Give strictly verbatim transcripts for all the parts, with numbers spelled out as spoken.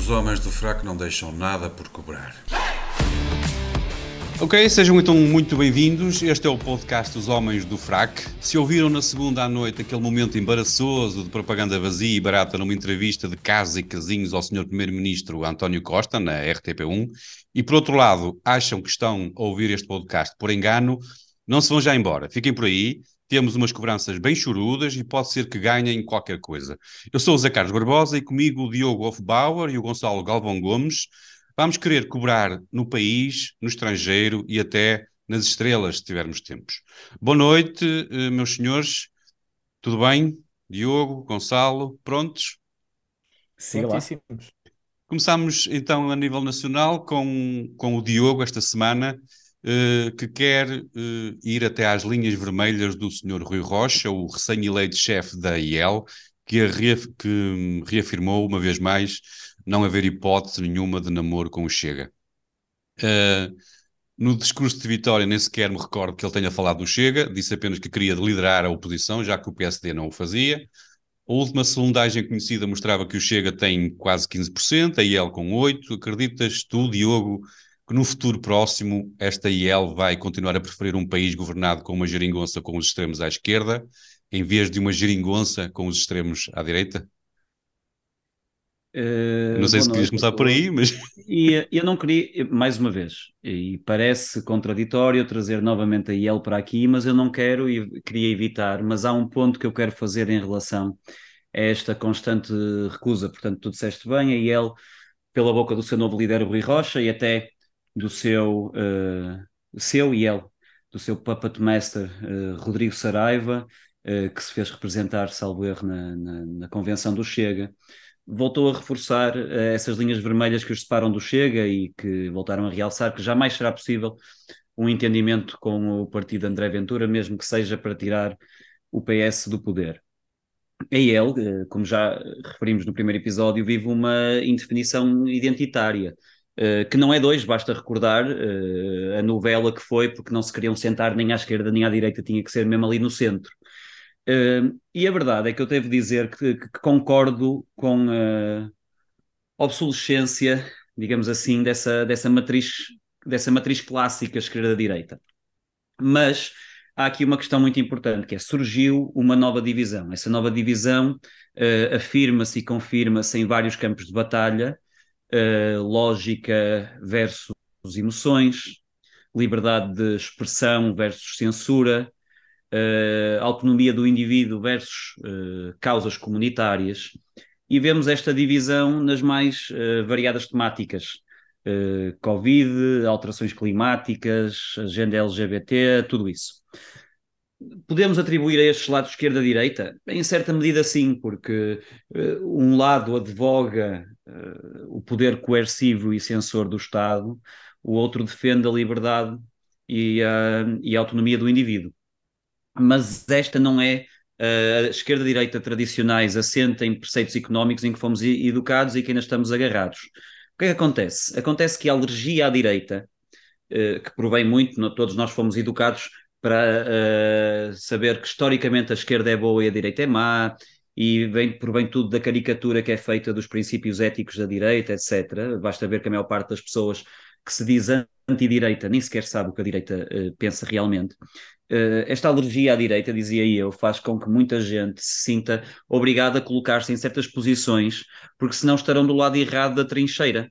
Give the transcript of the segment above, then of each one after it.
Os homens do fraco não deixam nada por cobrar. Ok, sejam então muito bem-vindos. Este é o podcast dos Homens do Frac. Se ouviram na segunda à noite aquele momento embaraçoso de propaganda vazia e barata numa entrevista de casa e casinhos ao senhor Primeiro-Ministro António Costa, na R T P um, e por outro lado acham que estão a ouvir este podcast por engano, não se vão já embora. Fiquem por aí. Temos umas cobranças bem chorudas e pode ser que ganhem qualquer coisa. Eu sou o Zé Carlos Barbosa e comigo o Diogo Hofbauer e o Gonçalo Galvão Gomes. Vamos querer cobrar no país, no estrangeiro e até nas estrelas, se tivermos tempos. Boa noite, meus senhores. Tudo bem? Diogo, Gonçalo, prontos? Siga lá. Prontíssimos. Começamos então a nível nacional com, com o Diogo esta semana, eh, que quer eh, ir até às linhas vermelhas do senhor Rui Rocha, o recém-eleito chefe da I E L, que, a reaf que reafirmou uma vez mais não haver hipótese nenhuma de namoro com o Chega. Uh, no discurso de vitória nem sequer me recordo que ele tenha falado do Chega, disse apenas que queria liderar a oposição, já que o P S D não o fazia. A última sondagem conhecida mostrava que o Chega tem quase quinze por cento, a I E L com oito por cento. Acreditas tu, Diogo, que no futuro próximo esta I E L vai continuar a preferir um país governado com uma geringonça com os extremos à esquerda, em vez de uma geringonça com os extremos à direita? Uh, Não sei boa se querias noite começar a por aí, todos. mas... E eu não queria, mais uma vez, e parece contraditório trazer novamente a I E L para aqui, mas eu não quero e queria evitar, mas há um ponto que eu quero fazer em relação a esta constante recusa. Portanto, tu disseste bem, a I E L, pela boca do seu novo líder Rui Rocha e até do seu, uh, seu I E L, do seu puppet master uh, Rodrigo Saraiva, uh, que se fez representar, salvo erro, na, na, na convenção do Chega, voltou a reforçar uh, essas linhas vermelhas que os separam do Chega e que voltaram a realçar que jamais será possível um entendimento com o partido de André Ventura, mesmo que seja para tirar o P S do poder. A I E L, uh, como já referimos no primeiro episódio, vive uma indefinição identitária, uh, que não é dois, basta recordar uh, a novela que foi, porque não se queriam sentar nem à esquerda nem à direita, tinha que ser mesmo ali no centro. Uh, e a verdade é que eu devo dizer que, que concordo com a obsolescência, digamos assim, dessa, dessa matriz, dessa matriz clássica esquerda-direita. Mas há aqui uma questão muito importante, que é: surgiu uma nova divisão. Essa nova divisão uh, afirma-se e confirma-se em vários campos de batalha: uh, lógica versus emoções, liberdade de expressão versus censura, Uh, autonomia do indivíduo versus uh, causas comunitárias, e vemos esta divisão nas mais uh, variadas temáticas: uh, Covid, alterações climáticas, agenda L G B T, tudo isso. Podemos atribuir a estes lados esquerda-direita? Em certa medida sim, porque uh, um lado advoga uh, o poder coercivo e censor do Estado, o outro defende a liberdade e a, e a autonomia do indivíduo. Mas esta não é uh, a esquerda-direita tradicionais, assenta em preceitos económicos em que fomos educados e que ainda estamos agarrados. O que é que acontece? Acontece que a alergia à direita, uh, que provém muito, no, todos nós fomos educados para uh, saber que historicamente a esquerda é boa e a direita é má, e vem, provém tudo da caricatura que é feita dos princípios éticos da direita, etcétera. Basta ver que a maior parte das pessoas que se diz anti-direita nem sequer sabe o que a direita uh, pensa realmente. Uh, esta alergia à direita, dizia eu, faz com que muita gente se sinta obrigada a colocar-se em certas posições, porque senão estarão do lado errado da trincheira,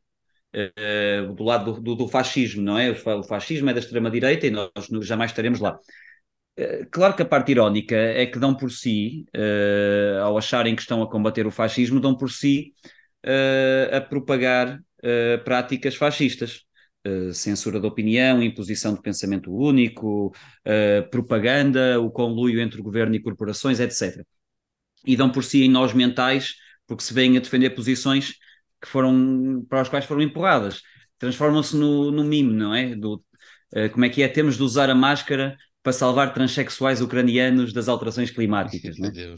uh, do lado do, do, do fascismo, não é? O fascismo é da extrema-direita e nós jamais estaremos lá. Uh, claro que a parte irónica é que dão por si, uh, ao acharem que estão a combater o fascismo, dão por si uh, a propagar uh, práticas fascistas. Uh, censura da opinião, imposição de pensamento único, uh, propaganda, o conluio entre o governo e corporações, etcétera. E dão por si em nós mentais, porque se vêm a defender posições que foram, para as quais foram empurradas. Transformam-se no, no mime, não é? Do, uh, como é que é? Temos de usar a máscara para salvar transexuais ucranianos das alterações climáticas, não é? Meu Deus.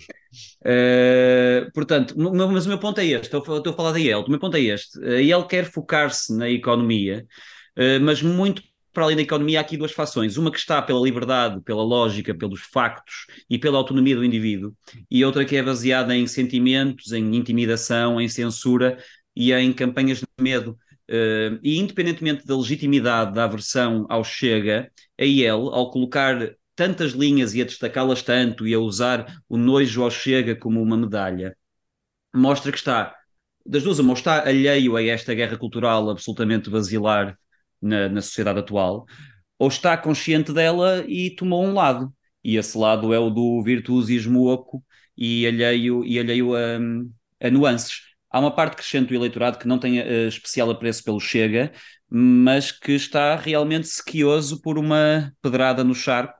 Uh, portanto, mas o meu ponto é este, estou, estou a falar da I E L, o meu ponto é este: a I E L quer focar-se na economia, uh, mas muito para além da economia há aqui duas fações: uma que está pela liberdade, pela lógica, pelos factos e pela autonomia do indivíduo, e outra que é baseada em sentimentos, em intimidação, em censura, e em campanhas de medo. Uh, e independentemente da legitimidade da aversão ao Chega, a I L, ao colocar tantas linhas e a destacá-las tanto e a usar o nojo ao Chega como uma medalha, mostra que está, das duas uma, ou está alheio a esta guerra cultural absolutamente basilar na, na sociedade atual, ou está consciente dela e tomou um lado. E esse lado é o do virtuosismo oco e alheio, e alheio a, a nuances. Há uma parte crescente do eleitorado que não tem uh, especial apreço pelo Chega, mas que está realmente sequioso por uma pedrada no charco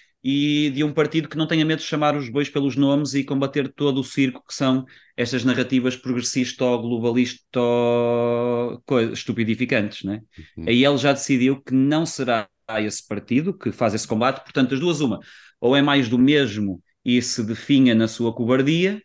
e de um partido que não tenha medo de chamar os bois pelos nomes e combater todo o circo que são estas narrativas progressista-globalista estupidificantes, né? Uhum. Aí ele já decidiu que não será esse partido que faz esse combate, portanto, as duas, uma, ou é mais do mesmo e se definha na sua cobardia,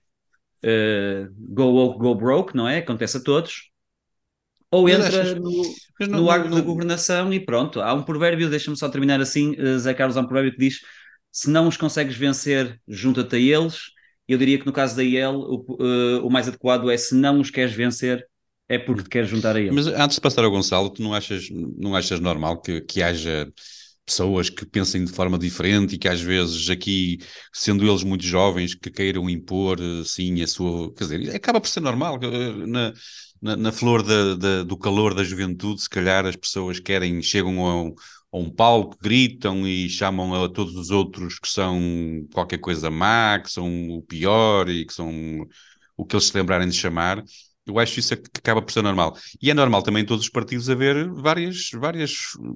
uh, go woke, go broke, não é? Acontece a todos, ou Mas entra achas, no, mas não, no não, arco da não- governação e pronto. Há um provérbio, deixa-me só terminar assim, uh, Zé Carlos, há um provérbio que diz: se não os consegues vencer, junta-te a eles. Eu diria que no caso da I L, o, uh, o mais adequado é: se não os queres vencer, é porque te queres juntar a Mas eles. antes de passar ao Gonçalo, tu não achas, não achas normal que, que haja pessoas que pensem de forma diferente e que às vezes aqui, sendo eles muito jovens, que queiram impor, sim, a sua... Quer dizer, acaba por ser normal. eh, Na, na, na flor da, da- do calor da juventude, se calhar as pessoas querem, chegam a um, a um palco, gritam e chamam a todos os outros que são qualquer coisa má, que são o pior e que são o que eles se lembrarem de chamar. Eu acho isso é que acaba por ser normal. E é normal também em todos os partidos haver várias, várias,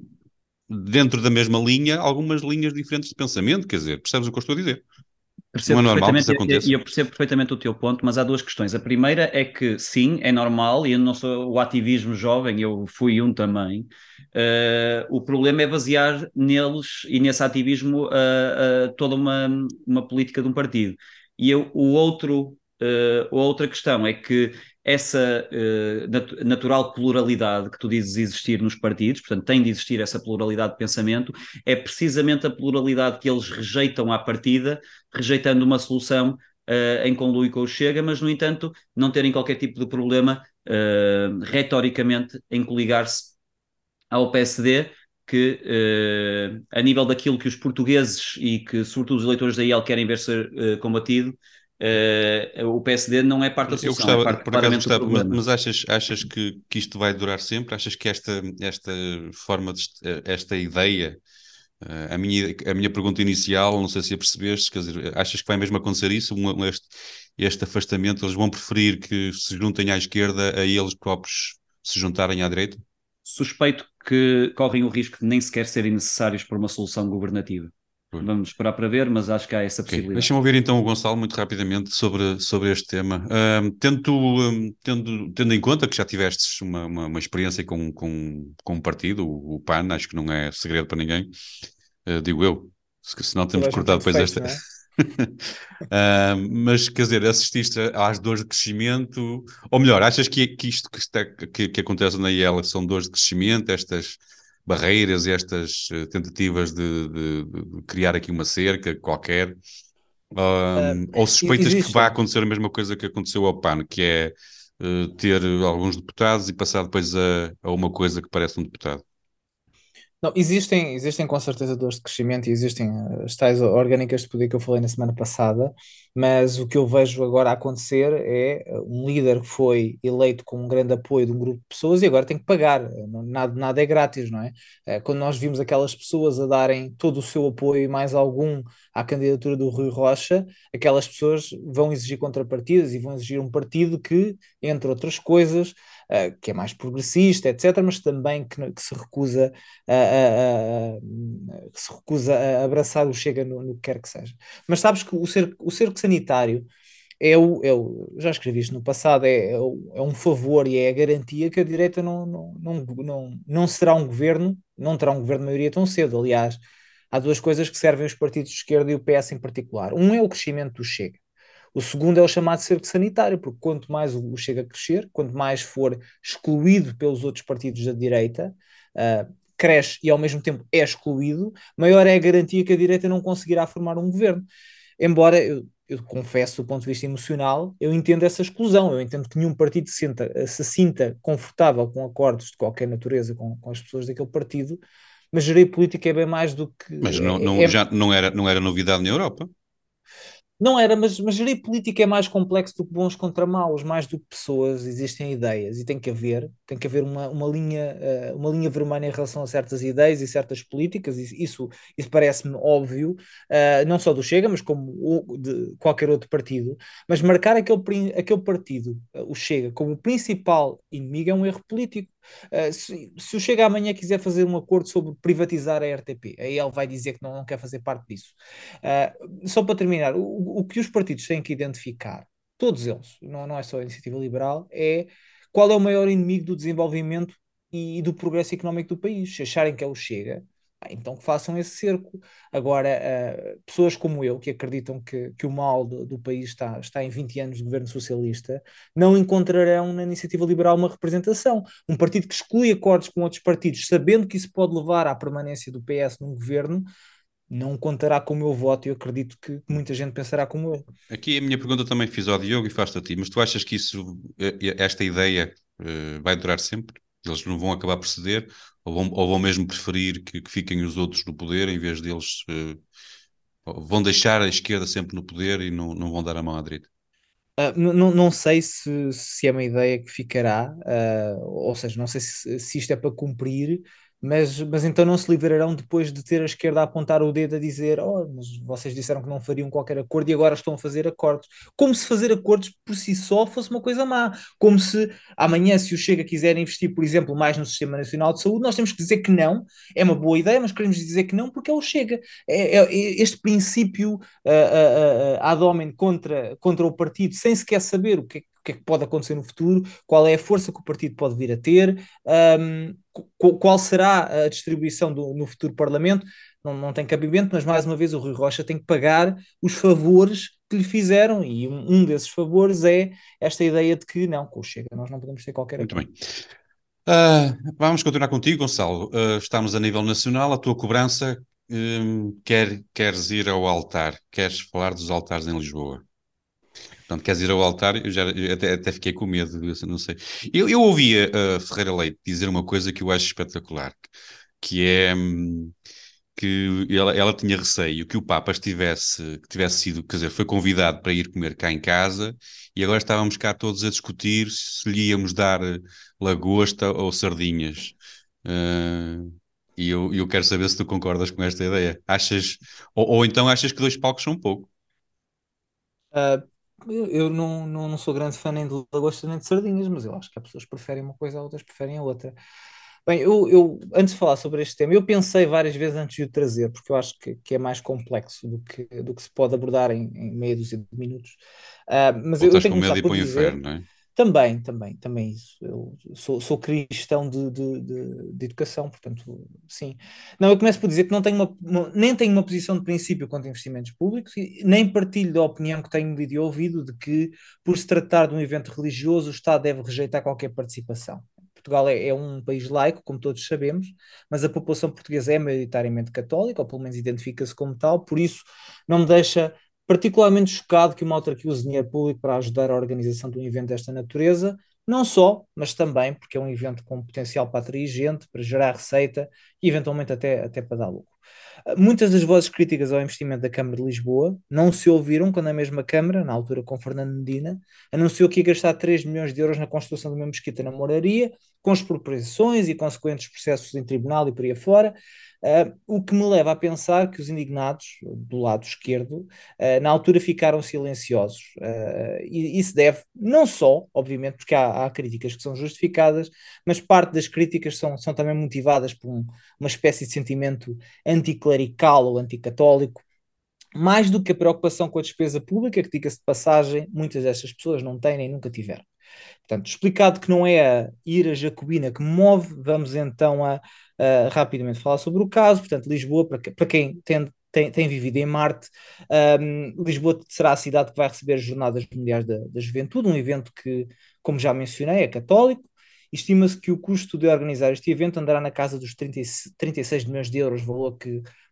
dentro da mesma linha, algumas linhas diferentes de pensamento, quer dizer, percebes o que eu estou a dizer? Não é Percebo normal que perfeitamente isso e e aconteça? eu percebo perfeitamente o teu ponto, mas há duas questões. A primeira é que sim, é normal, e eu não sou o ativismo jovem, eu fui um também. Uh, o problema é basear neles e nesse ativismo uh, uh, toda uma, uma política de um partido. E eu, o outro, uh, a outra questão é que essa uh, nat natural pluralidade que tu dizes existir nos partidos, portanto, tem de existir essa pluralidade de pensamento, é precisamente a pluralidade que eles rejeitam à partida, rejeitando uma solução uh, em conluio com o Chega, mas, no entanto, não terem qualquer tipo de problema uh, retoricamente em coligar-se ao P S D, que uh, a nível daquilo que os portugueses e que, sobretudo, os eleitores da I L querem ver ser uh, combatido, uh, o P S D não é parte da Eu solução, é gostava, parte por acaso claramente do gostava, mas, problema. mas achas, achas que, que isto vai durar sempre? Achas que esta, esta forma, de, esta ideia, eh, a minha, a minha pergunta inicial, não sei se a percebeste, quer dizer, achas que vai mesmo acontecer isso? Um- este, este afastamento, eles vão preferir que se juntem à esquerda a eles próprios se juntarem à direita? Suspeito que correm o risco de nem sequer serem necessários para uma solução governativa. Vamos esperar para ver, mas acho que há essa Ok, possibilidade. deixa-me ouvir então o Gonçalo muito rapidamente sobre, sobre este tema. Ahm, tendo, tu, ahm, tendo, tendo em conta que já tiveste uma, uma, uma experiência com, com, com um partido, o, o P A N, acho que não é segredo para ninguém, ah, digo eu, se, senão temos Toda a que gente cortar tem depois defeitos, esta. não é? Ahm, mas quer dizer, assististe às dores de crescimento, ou melhor, achas que, que isto que, está, que, que acontece na I L são dores de crescimento, estas barreiras e estas eh, tentativas de, de- de criar aqui uma cerca qualquer? Ah, Um, ou e- suspeitas que vai existem. acontecer a mesma coisa que aconteceu ao P A N, que é uh, ter alguns deputados e passar depois a, a uma coisa que parece um deputado? Não, existem, existem com certeza dores de crescimento e existem eh, as tais orgânicas de poder que eu falei na semana passada, mas o que eu vejo agora acontecer é eh, um líder que foi eleito com um grande apoio de um grupo de pessoas e agora tem que pagar. Eh, não- Nada, nada é grátis, não é? Eh, Quando nós vimos aquelas pessoas a darem todo o seu apoio e mais algum à candidatura do Rui Rocha, aquelas pessoas vão exigir contrapartidas e vão exigir um partido que, entre outras coisas, eh, que é mais progressista, etcétera, mas também que, que se recusa a, a- a- que se recusa a abraçar o Chega no, no que quer que seja. Mas sabes que o cerco, o cerco sanitário é o, é o, já escrevi isto no passado, é, é, o- é um favor e é a garantia que a direita não, não, não, não, não será um governo, não terá um governo de maioria tão cedo. Aliás, há duas coisas que servem os partidos de esquerda e o P S em particular. Um é o crescimento do Chega. O segundo é o chamado cerco sanitário, porque quanto mais o o Chega crescer, quanto mais for excluído pelos outros partidos da direita, uh, cresce e ao mesmo tempo é excluído, maior é a garantia que a direita não conseguirá formar um governo. embora eu, eu confesso, do ponto de vista emocional, eu entendo essa exclusão, eu entendo que nenhum partido se sinta, se sinta confortável com acordos de qualquer natureza com, com as pessoas daquele partido, mas gerir política é bem mais do que... Mas não, É, não, é, já não era, não era novidade na Europa. Não era, mas, mas gerir política é mais complexo do que bons contra maus, mais do que pessoas, existem ideias e tem que haver, tem que haver uma, uma linha, uh, uma linha vermelha em relação a certas ideias e certas políticas, e isso, isso parece-me óbvio, uh, não só do Chega, mas como o, de qualquer outro partido, mas marcar aquele, aquele partido, uh, o Chega, como o principal inimigo é um erro político. Uh, se, se o Chega amanhã quiser fazer um acordo sobre privatizar a R T P, aí ele vai dizer que não, não quer fazer parte disso. Uh, só para terminar, o, o que os partidos têm que identificar, todos eles, não, não é só a Iniciativa Liberal, é qual é o maior inimigo do desenvolvimento e, e do progresso económico do país. Se acharem que é o Chega, então que façam esse cerco. Agora, uh, pessoas como eu, que acreditam que, que o mal do, do país está, está em vinte anos de governo socialista, não encontrarão na Iniciativa Liberal uma representação. Um partido que exclui acordos com outros partidos, sabendo que isso pode levar à permanência do P S num governo, não contará com o meu voto e eu acredito que muita gente pensará como eu. Aqui a minha pergunta também fiz ao Diogo e faço a ti, mas tu achas que isso, esta ideia, uh, vai durar sempre? Eles não vão acabar por ceder? Ou vão, ou vão mesmo preferir que, que fiquem os outros no poder em vez deles... Uh, vão deixar a esquerda sempre no poder e não, não vão dar a mão à direita? Uh, não, não sei se, se é uma ideia que ficará, uh, ou seja, não sei se, se isto é para cumprir, mas, mas então não se livrarão depois de ter a esquerda a apontar o dedo a dizer: oh, mas vocês disseram que não fariam qualquer acordo e agora estão a fazer acordos. Como se fazer acordos por si só fosse uma coisa má. Como se amanhã, se o Chega quiser investir, por exemplo, mais no Sistema Nacional de Saúde, nós temos que dizer que não. É uma boa ideia, mas queremos dizer que não porque é o Chega. É, é, é este princípio uh, uh, uh, ad hominem contra, contra o partido, sem sequer saber o que é, o que é que pode acontecer no futuro, qual é a força que o partido pode vir a ter, um, qual será a distribuição do, no futuro Parlamento, não, não tem cabimento, mas mais uma vez o Rui Rocha tem que pagar os favores que lhe fizeram, e um, um desses favores é esta ideia de que não, com o Chega nós não podemos ter qualquer Muito acordo. bem. Uh, vamos continuar contigo, Gonçalo. Uh, estamos a nível nacional, a tua cobrança, um, quer, queres ir ao altar, queres falar dos altares em Lisboa? Portanto, queres ir ao altar? Eu já eu até, até fiquei com medo, não sei. Eu, eu ouvia uh, Ferreira Leite dizer uma coisa que eu acho espetacular, que é hum, que ela, ela tinha receio que o Papa estivesse, que tivesse sido, quer dizer, foi convidado para ir comer cá em casa e agora estávamos cá todos a discutir se lhe íamos dar eh, lagosta ou sardinhas. Uh, e eu, eu quero saber se tu concordas com esta ideia. Achas, ou, ou então achas que dois palcos são pouco? Uh, eu eu não, não, não sou grande fã nem de lagosta nem de sardinhas, mas eu acho que há pessoas que preferem uma coisa, outras preferem a outra. Bem, eu, eu antes de falar sobre este tema, eu pensei várias vezes antes de o trazer, porque eu acho que, que é mais complexo do que, do que se pode abordar em, em meia dúzia de minutos. Ah, mas Ou eu, eu estás tenho com que medo começar de ir por para o inferno, dizer não é? também, também, também isso. Eu sou, sou cristão de, de, de, de educação, portanto, sim. Não, eu começo por dizer que não tenho uma, uma- nem tenho uma posição de princípio quanto a investimentos públicos e nem partilho da opinião que tenho lido e ouvido de que, por se tratar de um evento religioso, o Estado deve rejeitar qualquer participação. Portugal é, é um país laico, como todos sabemos, mas a população portuguesa é maioritariamente católica, ou pelo menos identifica-se como tal, por isso não me deixa particularmente chocado que uma autarquia use dinheiro público para ajudar a organização de um evento desta natureza, não só, mas também porque é um evento com potencial para atrair gente, para gerar receita e eventualmente até, até para dar lucro. Muitas das vozes críticas ao investimento da Câmara de Lisboa não se ouviram quando a mesma Câmara, na altura com Fernando Medina, anunciou que ia gastar três milhões de euros na construção de uma mesquita na Moraria, com expropriações e consequentes processos em tribunal e por aí afora. Uh, o que me leva a pensar que os indignados do lado esquerdo, uh, na altura ficaram silenciosos. Uh, e isso deve, não só, obviamente, porque há, há críticas que são justificadas, mas parte das críticas são, são também motivadas por um, uma espécie de sentimento anticlerical ou anticatólico, mais do que a preocupação com a despesa pública, que, diga-se de passagem, muitas destas pessoas não têm nem nunca tiveram. Portanto, explicado que não é a ira jacobina que me move, vamos então a, a rapidamente falar sobre o caso. Portanto, Lisboa, para, que, para quem tem, tem, tem, vivido em Marte, um, Lisboa será a cidade que vai receber as Jornadas Mundiais da, da Juventude, um evento que, como já mencionei, é católico. Estima-se que o custo de organizar este evento andará na casa dos trinta, trinta e seis milhões de euros, valor que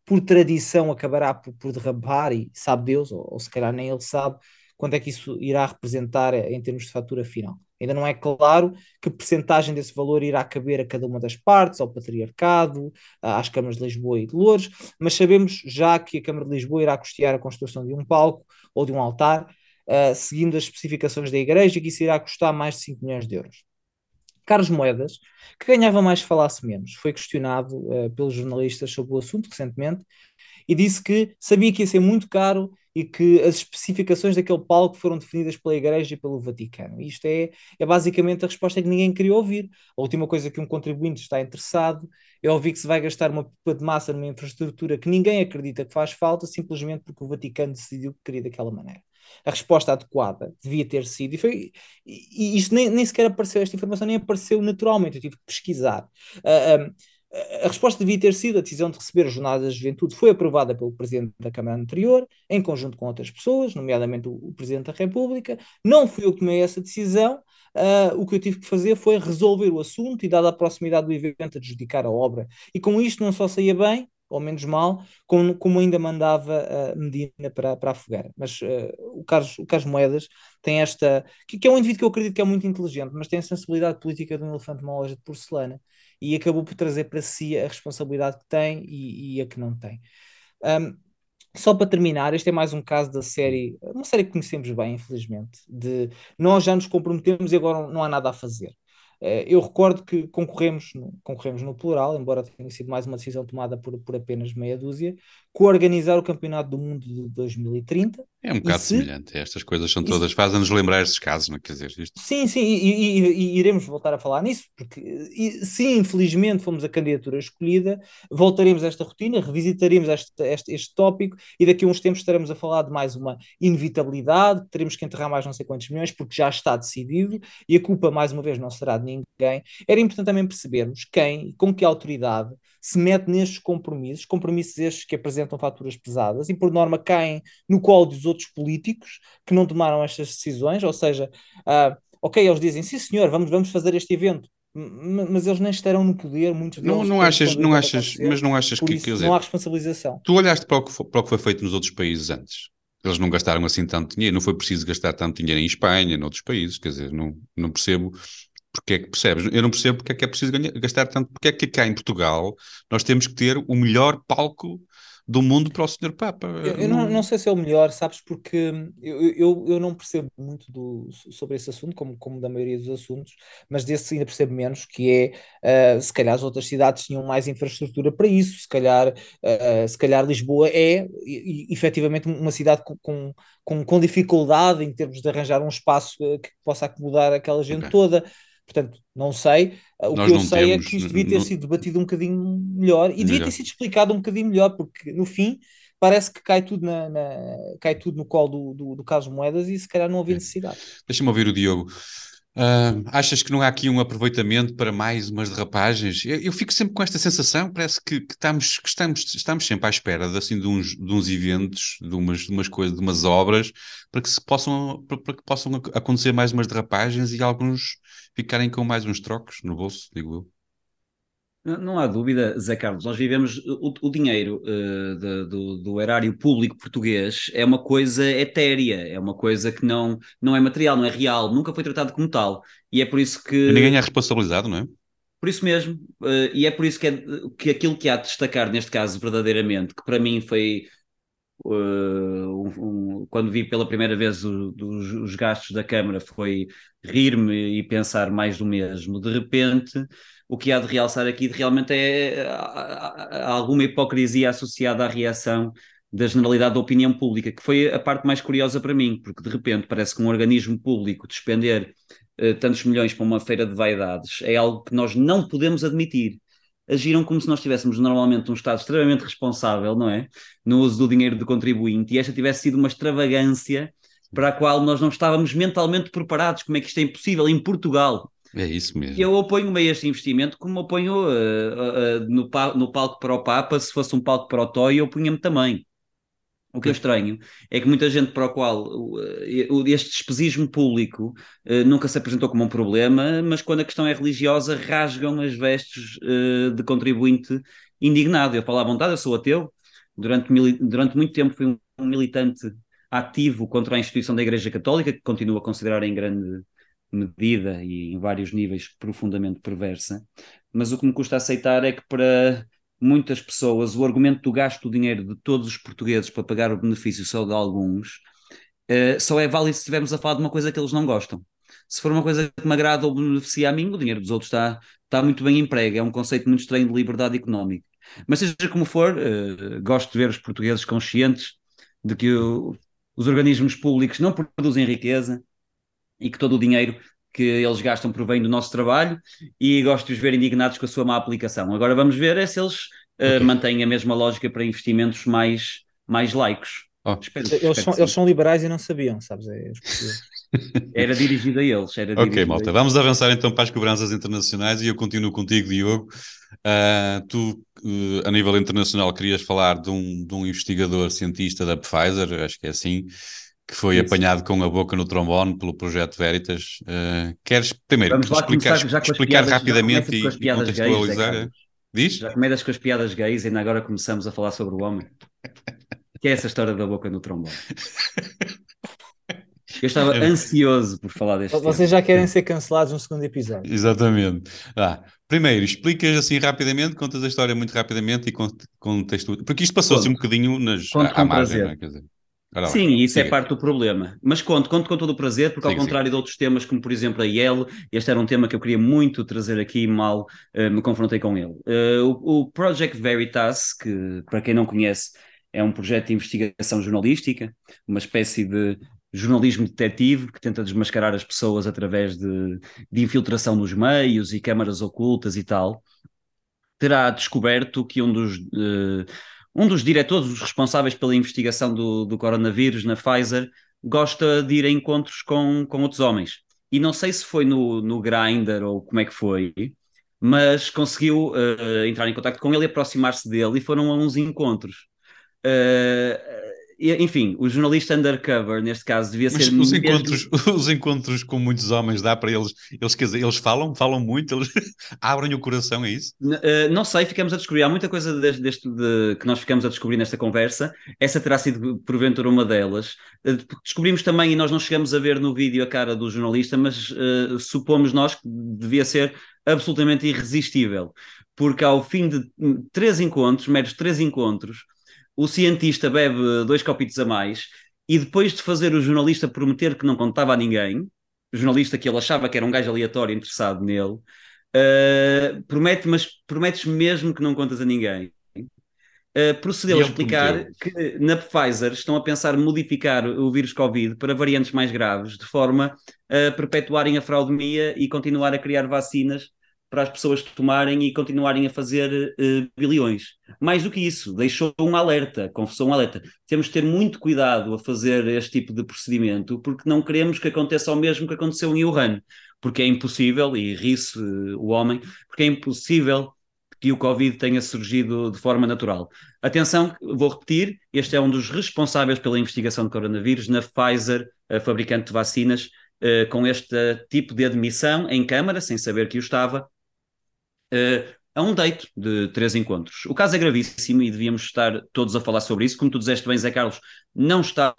por tradição acabará por, por derrapar, e sabe Deus, ou, ou se calhar nem ele sabe, quanto é que isso irá representar em termos de fatura final. Ainda não é claro que percentagem desse valor irá caber a cada uma das partes, ao patriarcado, às câmaras de Lisboa e de Loures, mas sabemos já que a Câmara de Lisboa irá custear a construção de um palco ou de um altar, uh, seguindo as especificações da Igreja, que isso irá custar mais de cinco milhões de euros. Carlos Moedas, que ganhava mais falasse menos, foi questionado uh, pelos jornalistas sobre o assunto recentemente e disse que sabia que ia ser muito caro e que as especificações daquele palco foram definidas pela Igreja e pelo Vaticano. E isto é, é basicamente a resposta que ninguém queria ouvir. A última coisa que um contribuinte está interessado é ouvir que se vai gastar uma pipa de massa numa infraestrutura que ninguém acredita que faz falta, simplesmente porque o Vaticano decidiu que queria daquela maneira. A resposta adequada devia ter sido, e, foi, e, e isto nem, nem sequer apareceu, esta informação nem apareceu naturalmente, eu tive que pesquisar. Uh, um, a resposta devia ter sido: a decisão de receber a Jornada da Juventude foi aprovada pelo Presidente da Câmara anterior, em conjunto com outras pessoas, nomeadamente o, o Presidente da República. Não fui eu que tomei essa decisão, uh, o que eu tive que fazer foi resolver o assunto e, dada a proximidade do evento, adjudicar a obra. E com isto não só saía bem, ou menos mal, como, como ainda mandava uh, Medina para, para a fogueira. Mas uh, o, Carlos, o Carlos Moedas tem esta, que, que é um indivíduo que eu acredito que é muito inteligente, mas tem a sensibilidade política de um elefante numa loja de porcelana, e acabou por trazer para si a responsabilidade que tem e, e a que não tem. Um, só para terminar, este é mais um caso da série, uma série que conhecemos bem, infelizmente, de nós já nos comprometemos e agora não há nada a fazer. Eu recordo que concorremos no, concorremos no plural, embora tenha sido mais uma decisão tomada por, por apenas meia dúzia, co-organizar o Campeonato do Mundo de dois mil e trinta. É um bocado se, semelhante. Estas coisas são e todas, se, fazem-nos lembrar estes casos, não é? Quer dizer, isto. Sim, sim, e, e- e iremos voltar a falar nisso, porque e, se infelizmente fomos a candidatura escolhida, voltaremos a esta rotina, revisitaremos este, este, este tópico, e daqui a uns tempos estaremos a falar de mais uma inevitabilidade, teremos que enterrar mais não sei quantos milhões, porque já está decidido, e a culpa mais uma vez não será de ninguém. Era importante também percebermos quem, com que autoridade se mete nestes compromissos, compromissos estes que apresentam faturas pesadas, e por norma caem no colo dos outros políticos que não tomaram estas decisões, ou seja, uh, ok, eles dizem, sim senhor, vamos, vamos fazer este evento, mas eles nem estarão no poder, muitos Não, deles, não quando, achas, quando o não evento achas, acontecer, mas não achas por que, quer isso não há dizer, responsabilização. tu olhaste para o que foi, para o que foi feito nos outros países antes. Eles não gastaram assim tanto dinheiro, não foi preciso gastar tanto dinheiro em Espanha, noutros países, quer dizer, não, não percebo porque é que percebes. Eu não percebo porque é que é preciso ganhar, gastar tanto, porque é que cá em Portugal nós temos que ter o melhor palco do mundo para o senhor Papa. Eu, eu não, não Não... sei se é o melhor, sabes, porque eu, eu, eu não percebo muito do, sobre esse assunto, como, como da maioria dos assuntos, mas desse ainda percebo menos, que é, uh, se calhar as outras cidades tinham mais infraestrutura para isso, se calhar, uh, se calhar Lisboa é e, e, efetivamente uma cidade com, com, com, com dificuldade em termos de arranjar um espaço uh, que possa acomodar aquela gente Okay. toda. Portanto, não sei. O Nós que eu não sei é temos... que isto devia ter Não, sido debatido um bocadinho melhor e devia ter melhor. sido explicado um bocadinho melhor, porque no fim parece que cai tudo, na, na- cai tudo no colo do, do, do Carlos Moedas e se calhar não havia É. necessidade. Deixa-me ouvir o Diogo. Ah, achas que não há aqui um aproveitamento para mais umas derrapagens? Eu, eu fico sempre com esta sensação, parece que, que estamos, que estamos, estamos sempre à espera de, assim, de, uns, de uns eventos, de umas, de umas coisas, de umas obras, para que se possam, para, para que possam acontecer mais umas derrapagens e alguns ficarem com mais uns trocos no bolso, digo eu. Não, não há dúvida, Zé Carlos, nós vivemos, o, o dinheiro uh, de- do, do erário público português é uma coisa etérea, é uma coisa que não, não é material, não é real, nunca foi tratado como tal. E é por isso E ninguém que, é responsabilizado, não é? por isso mesmo, uh, e é por isso que, é, que aquilo que há de destacar neste caso verdadeiramente, que para mim foi, uh, um- um- quando vi pela primeira vez o- dos, os gastos da Câmara, foi rir-me e pensar mais do mesmo. De repente, o que há de realçar aqui realmente é há- há- há alguma hipocrisia associada à reação da generalidade da opinião pública, que foi a parte mais curiosa para mim, porque de repente parece que um organismo público despender eh, tantos milhões para uma feira de vaidades é algo que nós não podemos admitir. Agiram como se nós tivéssemos normalmente um Estado extremamente responsável, não é? No uso do dinheiro do contribuinte, e esta tivesse sido uma extravagância para a qual nós não estávamos mentalmente preparados. Como é que isto é impossível em Portugal? É isso mesmo. Eu oponho-me a este investimento como oponho uh, uh, uh, no, pa- no palco para o Papa. Se fosse um palco para o Toy, eu opunha-me também. O que eu estranho é que muita gente para o qual uh, este despesismo público uh, nunca se apresentou como um problema, mas quando a questão é religiosa, rasgam as vestes uh, de contribuinte indignado. Eu falo à vontade, eu sou ateu, Durante, durante muito tempo fui um, um militante ativo contra a instituição da Igreja Católica, que continuo a considerar em grande medida e em vários níveis profundamente perversa, mas o que me custa aceitar é que para muitas pessoas o argumento do gasto do dinheiro de todos os portugueses para pagar o benefício só de alguns uh, só é válido se estivermos a falar de uma coisa que eles não gostam. Se for uma coisa que me agrada ou beneficia a mim, o dinheiro dos outros está, está muito bem emprego, é um conceito muito estranho de liberdade económica. Mas seja como for, uh, gosto de ver os portugueses conscientes de que o, os organismos públicos não produzem riqueza e que todo o dinheiro que eles gastam provém do nosso trabalho, e gosto de os ver indignados com a sua má aplicação. Agora vamos ver é se eles uh, okay. mantêm a mesma lógica para investimentos mais, mais laicos. Oh. Espero, eles, espero são, eles são liberais e não sabiam, sabes? É, era dirigido a eles. Era ok, dirigido malta. a Vamos avançar então para as cobranças internacionais e eu continuo contigo, Diogo. Uh, tu, uh, a nível internacional, querias falar de um, de um investigador cientista da Pfizer, acho que é assim, que foi Isso. apanhado com a boca no trombone pelo Projeto Veritas. Uh, queres primeiro Vamos lá explicar, já com as explicar piadas, rapidamente já com as e, piadas e contextualizar? gays, é, Diz? Já começas com as piadas gays e ainda agora começamos a falar sobre o homem. Que é essa história da boca no trombone? Eu estava ansioso por falar deste Vocês tema. já querem ser cancelados no segundo episódio. Exatamente. Ah, primeiro, explicas assim rapidamente, contas a história muito rapidamente e contextualizas. Porque isto passou-se um bocadinho nas, conto à, à com margem, prazer. não é? Quer dizer, sim, isso Siga. É parte do problema. Mas conto, conto com todo o prazer, porque Siga, ao contrário siga. de outros temas, como por exemplo a I E L, este era um tema que eu queria muito trazer aqui e mal uh, me confrontei com ele. Uh, o, o Project Veritas, que para quem não conhece, é um projeto de investigação jornalística, uma espécie de jornalismo detetive que tenta desmascarar as pessoas através de, de infiltração nos meios e câmaras ocultas e tal, terá descoberto que um dos... Uh, Um dos diretores, os responsáveis pela investigação do, do coronavírus na Pfizer, gosta de ir a encontros com, com outros homens. E não sei se foi no, no Grindr ou como é que foi, mas conseguiu uh, entrar em contato com ele e aproximar-se dele, e foram a uns encontros. Uh, enfim, o jornalista undercover, neste caso, devia Mas ser... os mesmo... encontros, os encontros com muitos homens dá para eles, eles, quer dizer, eles falam, falam muito, eles abrem o coração, é isso? Uh, não sei, ficamos a descobrir, há muita coisa deste, deste de, que nós ficamos a descobrir nesta conversa. Essa terá sido porventura uma delas. Uh, descobrimos também, e nós não chegamos a ver no vídeo a cara do jornalista, mas uh, supomos nós que devia ser absolutamente irresistível, porque ao fim de três encontros, meros três encontros, o cientista bebe dois copitos a mais, e depois de fazer o jornalista prometer que não contava a ninguém, o jornalista que ele achava que era um gajo aleatório interessado nele, uh, promete, mas prometes mesmo que não contas a ninguém. Uh, procedeu a explicar prometeu. que na Pfizer estão a pensar modificar o vírus Covid para variantes mais graves, de forma a perpetuarem a fraudemia e continuar a criar vacinas para as pessoas tomarem e continuarem a fazer uh, bilhões. Mais do que isso, deixou um alerta, confessou um alerta. Temos de ter muito cuidado a fazer este tipo de procedimento, porque não queremos que aconteça o mesmo que aconteceu em Wuhan, porque é impossível, e ri-se uh, o homem, porque é impossível que o Covid tenha surgido de forma natural. Atenção, vou repetir, este é um dos responsáveis pela investigação de coronavírus na Pfizer, a fabricante de vacinas, uh, com este tipo de admissão em câmara, sem saber que o estava, Uh, a um date de três encontros. O caso é gravíssimo e devíamos estar todos a falar sobre isso. Como tu disseste bem, Zé Carlos, não está,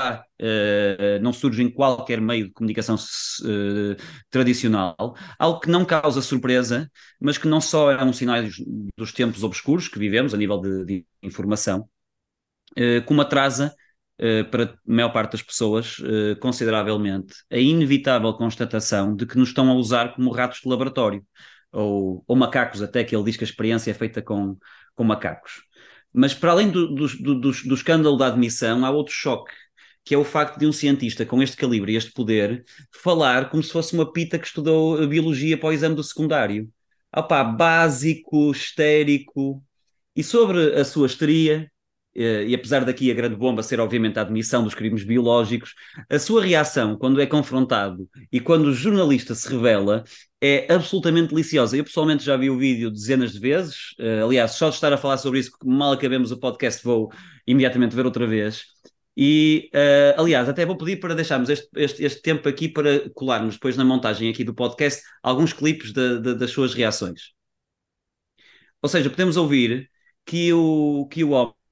uh, não surge em qualquer meio de comunicação uh, tradicional, algo que não causa surpresa, mas que não só é um sinal dos tempos obscuros que vivemos a nível de, de informação, uh, como atrasa uh, para a maior parte das pessoas uh, consideravelmente a inevitável constatação de que nos estão a usar como ratos de laboratório. Ou, ou macacos, até que ele diz que a experiência é feita com, com macacos. Mas para além do, do, do, do, do escândalo da admissão, há outro choque, que é o facto de um cientista com este calibre e este poder falar como se fosse uma pita que estudou biologia para o exame do secundário. Opá, básico, histérico. E sobre a sua histeria, e apesar daqui a grande bomba ser obviamente a admissão dos crimes biológicos, a sua reação quando é confrontado e quando o jornalista se revela é absolutamente deliciosa. Eu pessoalmente já vi o vídeo dezenas de vezes, uh, aliás, só de estar a falar sobre isso, mal acabemos o podcast, vou imediatamente ver outra vez. E, uh, aliás, até vou pedir para deixarmos este, este, este tempo aqui para colarmos depois na montagem aqui do podcast alguns clipes de, de, das suas reações. Ou seja, podemos ouvir que o, que o homem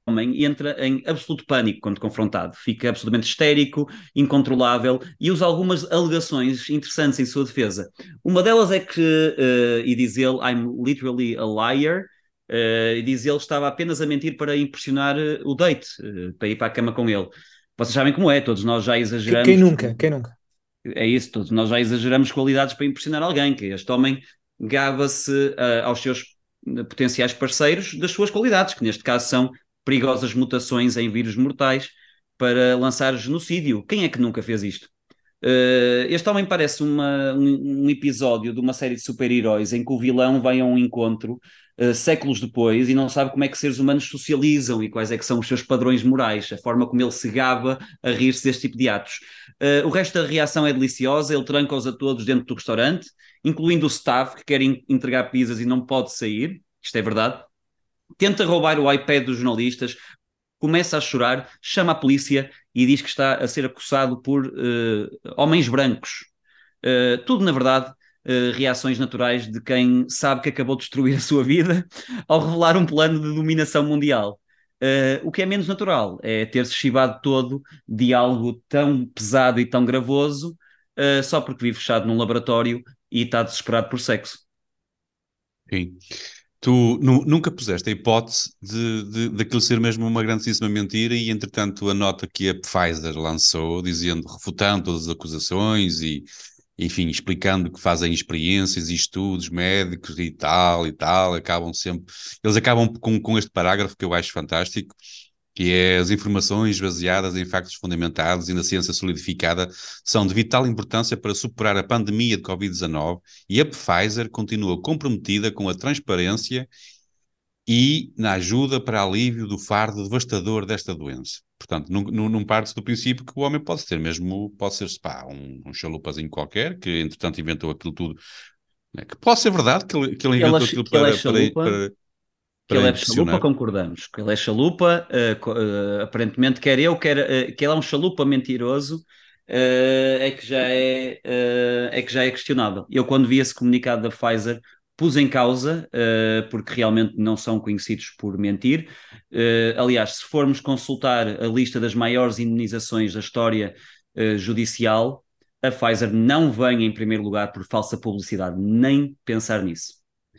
homem entra em absoluto pânico quando confrontado, fica absolutamente histérico, incontrolável e usa algumas alegações interessantes em sua defesa. Uma delas é que, uh, e diz ele, I'm literally a liar, uh, e diz ele que estava apenas a mentir para impressionar uh, o date, uh, para ir para a cama com ele. Vocês sabem como é, todos nós já exageramos. Quem nunca? Quem nunca? É isso, todos nós já exageramos qualidades para impressionar alguém, que este homem gaba-se uh, aos seus potenciais parceiros das suas qualidades, que neste caso são perigosas mutações em vírus mortais para lançar genocídio. Quem é que nunca fez isto? Uh, este homem parece uma, um, um episódio de uma série de super-heróis em que o vilão vem a um encontro uh, séculos depois e não sabe como é que seres humanos socializam e quais é que são os seus padrões morais, a forma como ele se gaba a rir-se deste tipo de atos. Uh, o resto da reação é deliciosa, ele tranca-os a todos dentro do restaurante, incluindo o staff que quer in- entregar pizzas e não pode sair, isto é verdade. Tenta roubar o iPad dos jornalistas, começa a chorar, chama a polícia e diz que está a ser acossado por uh, homens brancos. Uh, tudo, na verdade, uh, reações naturais de quem sabe que acabou de destruir a sua vida ao revelar um plano de dominação mundial. Uh, o que é menos natural é ter-se chibado todo de algo tão pesado e tão gravoso uh, só porque vive fechado num laboratório e está desesperado por sexo. Sim. Tu nu- nunca puseste a hipótese de, de, daquilo ser mesmo uma grandíssima mentira e, entretanto, a nota que a Pfizer lançou, dizendo, refutando todas as acusações e, enfim, explicando que fazem experiências e estudos médicos e tal e tal, acabam sempre... Eles acabam com, com este parágrafo que eu acho fantástico, que é as informações baseadas em factos fundamentados e na ciência solidificada são de vital importância para superar a pandemia de covid dezanove e a Pfizer continua comprometida com a transparência e na ajuda para alívio do fardo devastador desta doença. Portanto, não, não, não parte do princípio que o homem pode ser mesmo, pode ser, pá, um, um chalupazinho qualquer, que entretanto inventou aquilo tudo, né? Que pode ser verdade que ele, que ele Que ele, inventou é- aquilo que ele é para, para, chalupa, para, que para ele é chalupa, impressionar. concordamos. Que ele é chalupa, uh, co- uh, aparentemente quer eu, quer uh, que ele é um chalupa mentiroso, uh, é que já é, uh, é que já é questionável. Eu, quando vi esse comunicado da Pfizer, pus em causa, uh, porque realmente não são conhecidos por mentir. Uh, aliás, se formos consultar a lista das maiores indenizações da história uh, judicial, a Pfizer não vem em primeiro lugar por falsa publicidade, nem pensar nisso.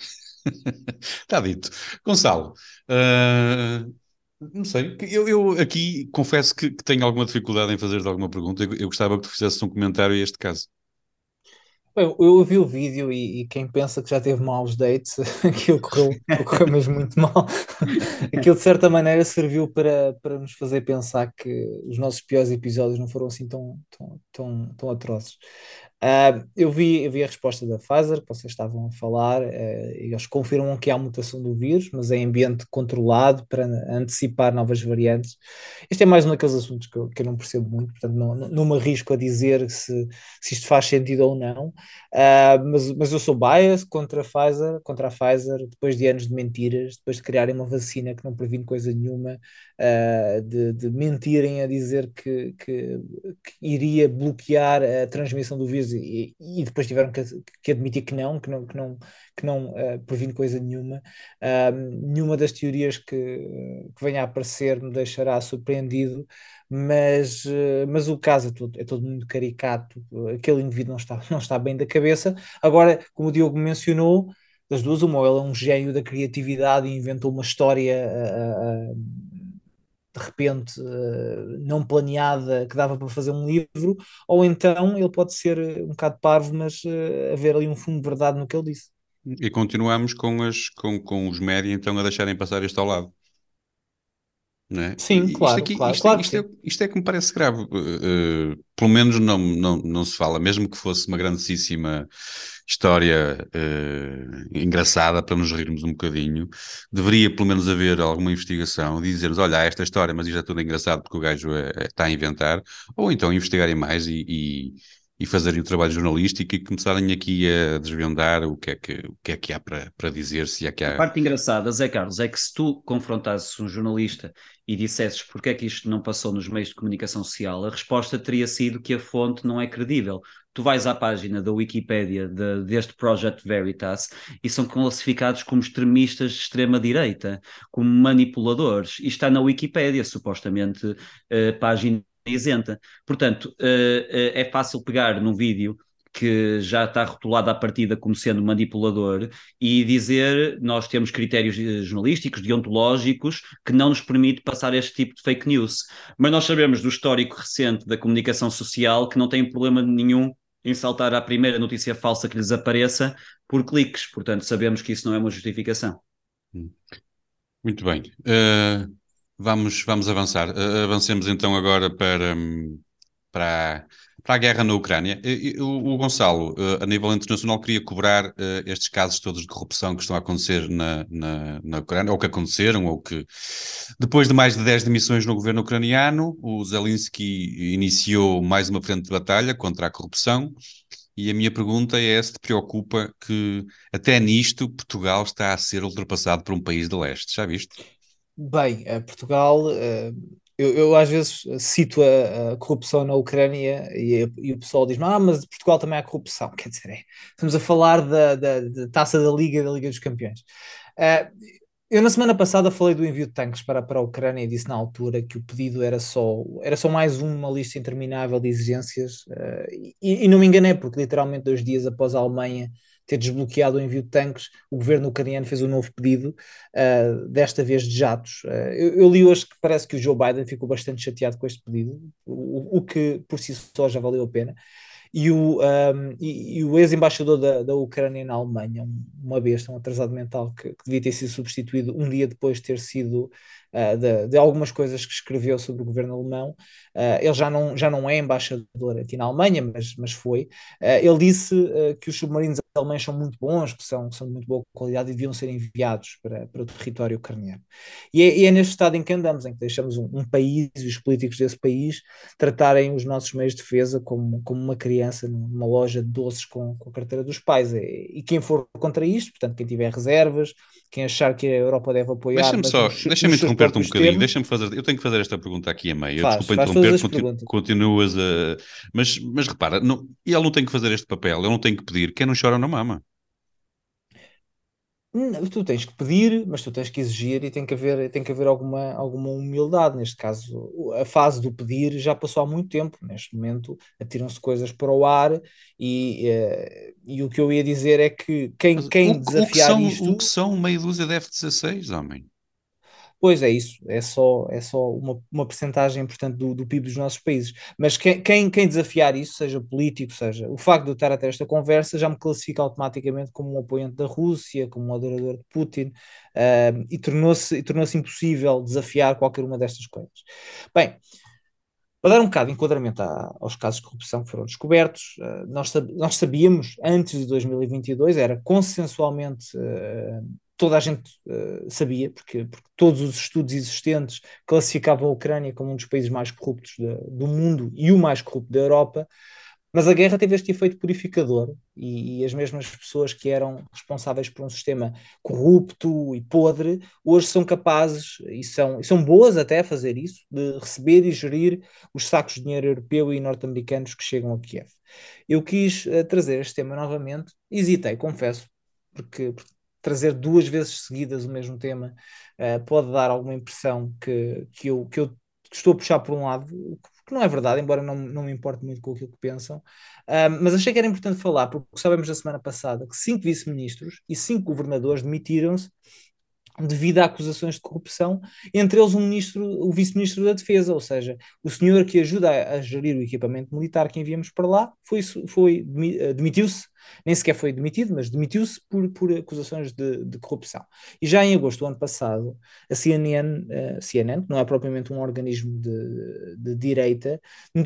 Está dito. Gonçalo, ah, não sei, eu, eu aqui confesso que, que tenho alguma dificuldade em fazer-te alguma pergunta. Eu, eu gostava que tu fizesses um comentário a este caso. Bem, eu vi o vídeo e, e quem pensa que já teve maus dates, aquilo correu, correu mesmo muito mal. Aquilo de certa maneira serviu para, para nos fazer pensar que os nossos piores episódios não foram assim tão, tão, tão, tão atrozes. Ah, eu vi, eu vi a resposta da Pfizer, que vocês estavam a falar, ah, e eles confirmam que há mutação do vírus, mas em ambiente controlado para antecipar novas variantes. Este é mais um daqueles assuntos que eu, que eu não percebo muito, portanto não, não, não me arrisco a dizer se, se isto faz sentido ou não. Uh, mas, mas eu sou bias contra a Pfizer, contra a Pfizer, depois de anos de mentiras, depois de criarem uma vacina que não previne coisa nenhuma, uh, de, de mentirem a dizer que, que, que iria bloquear a transmissão do vírus e, e depois tiveram que, que admitir que não, que não, que não, que não uh, previne coisa nenhuma. Uh, nenhuma das teorias que, que venha a aparecer me deixará surpreendido. Mas, eh, mas o caso é todo, é todo muito caricato, aquele indivíduo não está, não está bem da cabeça. Agora, como o Diogo mencionou, das duas, uma, ou ele é um gênio da criatividade e inventou uma história eh, eh, de repente eh, não planeada que dava para fazer um livro, ou então ele pode ser eh, um bocado parvo, mas eh, haver ali um fundo de verdade no que ele disse. E continuamos com, as, com, com os média então a deixarem passar isto ao lado. Não é? Sim, E isto claro, aqui, claro, isto, é, claro que isto, é, sim. isto é que me parece grave. Uh, uh, pelo menos não, não, não se fala, mesmo que fosse uma grandíssima história uh, engraçada para nos rirmos um bocadinho, deveria pelo menos haver alguma investigação, dizer-nos, olha, há esta história, mas isto é tudo engraçado porque o gajo é, é- está a inventar, ou então investigarem mais e, e, e fazerem o trabalho jornalístico e começarem aqui a desvendar o que é que, o que é que há para, para dizer, se é que A há... parte engraçada, Zé Carlos, é que se tu confrontasses um jornalista e dissesses porque é que isto não passou nos meios de comunicação social, a resposta teria sido que a fonte não é credível. Tu vais à página da Wikipédia de, deste Project Veritas e são classificados como extremistas de extrema-direita, como manipuladores, e está na Wikipédia, supostamente, uh, página isenta. Portanto, uh, uh, é fácil pegar num vídeo que já está rotulado à partida como sendo manipulador e dizer nós temos critérios jornalísticos, deontológicos, que não nos permite passar este tipo de fake news. Mas nós sabemos do histórico recente da comunicação social que não tem problema nenhum em saltar à primeira notícia falsa que lhes apareça por cliques. Portanto, sabemos que isso não é uma justificação. Muito bem. Uh, vamos, vamos avançar. Uh, avancemos então agora para, para, para a guerra na Ucrânia. Uh, o, o Gonçalo, uh, a nível internacional, queria cobrar uh, estes casos todos de corrupção que estão a acontecer na, na, na Ucrânia, ou que aconteceram, ou que depois de mais de dez demissões no governo ucraniano, o Zelensky iniciou mais uma frente de batalha contra a corrupção. E a minha pergunta é se te preocupa que até nisto Portugal está a ser ultrapassado por um país de leste, já viste? Bem, eh, Portugal, eh, eu, eu às vezes cito a, a corrupção na Ucrânia e, e o pessoal diz-me, ah, mas Portugal também há corrupção. Quer dizer, é, estamos a falar da, da, da Taça da Liga e da Liga dos Campeões. Eh, eu na semana passada falei do envio de tanques para, para a Ucrânia e disse na altura que o pedido era só, era só mais uma lista interminável de exigências, eh, e, e não me enganei, porque literalmente dois dias após a Alemanha ter desbloqueado o envio de tanques, o governo ucraniano fez um novo pedido, uh, desta vez de jatos. Uh, eu, eu li hoje que parece que o Joe Biden ficou bastante chateado com este pedido, o, o que por si só já valeu a pena. E o, um, e, e o ex-embaixador da, da Ucrânia na Alemanha, uma besta, um atrasado mental, que, que devia ter sido substituído um dia depois de ter sido, uh, de, de algumas coisas que escreveu sobre o governo alemão. Uh, ele já não, já não é embaixador aqui na Alemanha, mas, mas foi. Uh, ele disse uh, que os submarinos alemães são muito bons, que são, são de muito boa qualidade e deviam ser enviados para, para o território ucraniano. E é, e é neste estado em que andamos, em que deixamos um, um país e os políticos desse país tratarem os nossos meios de defesa como, como uma criança numa loja de doces com, com a carteira dos pais. E, e quem for contra isto, portanto, quem tiver reservas, quem achar que a Europa deve apoiar, Deixa-me mas só, nos, deixa-me nos seus interromper-te um próprios bocadinho, termos, deixa-me fazer, eu tenho que fazer esta pergunta aqui a meio, faz, desculpa faz todas interromper, as conti- perguntas. continuas a... Mas, mas repara, não, ele não tem que fazer este papel, ele não tem que pedir, quem não chora não mama. Não, tu tens que pedir, mas tu tens que exigir e tem que haver, tem que haver alguma, alguma humildade. Neste caso, o- a fase do pedir já passou há muito tempo. Neste momento, atiram-se coisas para o ar e, eh, e o que eu ia dizer é que quem, Mas quem o, que- o que desafiar são, o que isto. são meia dúzia de F dezasseis, homem? Pois é isso, é só, é só uma, uma percentagem importante do, do P I B dos nossos países. Mas quem, quem, quem desafiar isso, seja político, seja o facto de eu estar a ter esta conversa, já me classifica automaticamente como um apoiante da Rússia, como um adorador de Putin, ah, e tornou-se e tornou-se impossível desafiar qualquer uma destas coisas. Bem, para dar um bocado de enquadramento a- aos casos de corrupção que foram descobertos, ah, nós, sab- nós sabíamos, antes de dois mil e vinte e dois, era consensualmente, ah, toda a gente ah, sabia, porque, porque todos os estudos existentes classificavam a Ucrânia como um dos países mais corruptos da- do mundo e o mais corrupto da Europa. Mas a guerra teve este efeito purificador e, e as mesmas pessoas que eram responsáveis por um sistema corrupto e podre, hoje são capazes, e são, e são boas até a fazer isso, de receber e gerir os sacos de dinheiro europeu e norte-americanos que chegam a Kiev. Eu quis uh, trazer este tema novamente, hesitei, confesso, porque, porque trazer duas vezes seguidas o mesmo tema uh, pode dar alguma impressão que, que, eu, que eu estou a puxar por um lado, que não é verdade, embora não, não me importe muito com aquilo que pensam. Um, mas achei que era importante falar, porque sabemos da semana passada que cinco vice-ministros e cinco governadores demitiram-se devido a acusações de corrupção, entre eles um ministro, o vice-ministro da Defesa, ou seja, o senhor que ajuda a, a gerir o equipamento militar que enviamos para lá, foi, foi demitiu-se, nem sequer foi demitido, mas demitiu-se por, por acusações de, de corrupção. E já em agosto do ano passado, a C N N, uh, C N N, que não é propriamente um organismo de, de direita,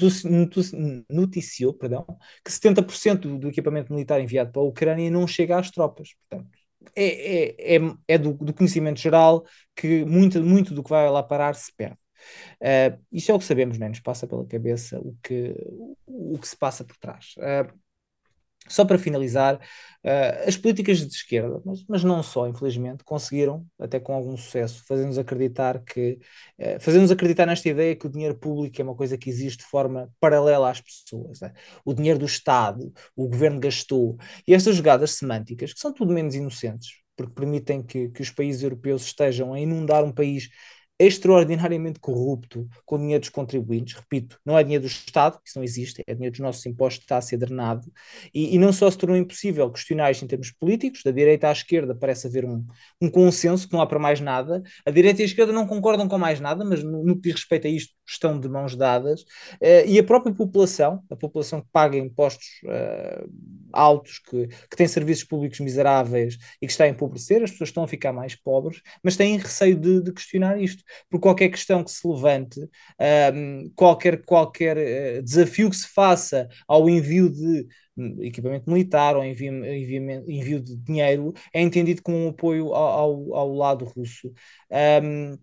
noticiou, perdão, que setenta por cento do, do equipamento militar enviado para a Ucrânia não chega às tropas. Portanto, é, é, é, é do, do conhecimento geral que muito, muito do que vai lá parar se perde. Uh, isso é o que sabemos, né? Nos passa pela cabeça o que, o, o que se passa por trás. Uh, Só para finalizar, uh, as políticas de esquerda, mas, mas não só, infelizmente, conseguiram, até com algum sucesso, fazer-nos acreditar que, uh, fazer-nos acreditar nesta ideia que o dinheiro público é uma coisa que existe de forma paralela às pessoas. Né? O dinheiro do Estado, o governo gastou. E estas jogadas semânticas, que são tudo menos inocentes, porque permitem que, que os países europeus estejam a inundar um país extraordinariamente corrupto com o dinheiro dos contribuintes, repito, não é dinheiro do Estado, isso não existe, é dinheiro dos nossos impostos que está a ser drenado, e, e não só se tornou impossível questionar isto em termos políticos, da direita à esquerda parece haver um, um consenso que não há para mais nada, a direita e a esquerda não concordam com mais nada, mas no, no que diz respeito a isto estão de mãos dadas, uh, e a própria população, a população que paga impostos uh, altos, que, que tem serviços públicos miseráveis e que está a empobrecer, as pessoas estão a ficar mais pobres, mas têm receio de, de questionar isto, por qualquer questão que se levante, um, qualquer, qualquer uh, desafio que se faça ao envio de equipamento militar ou envio, envio, envio de dinheiro é entendido como um apoio ao, ao, ao lado russo. Um,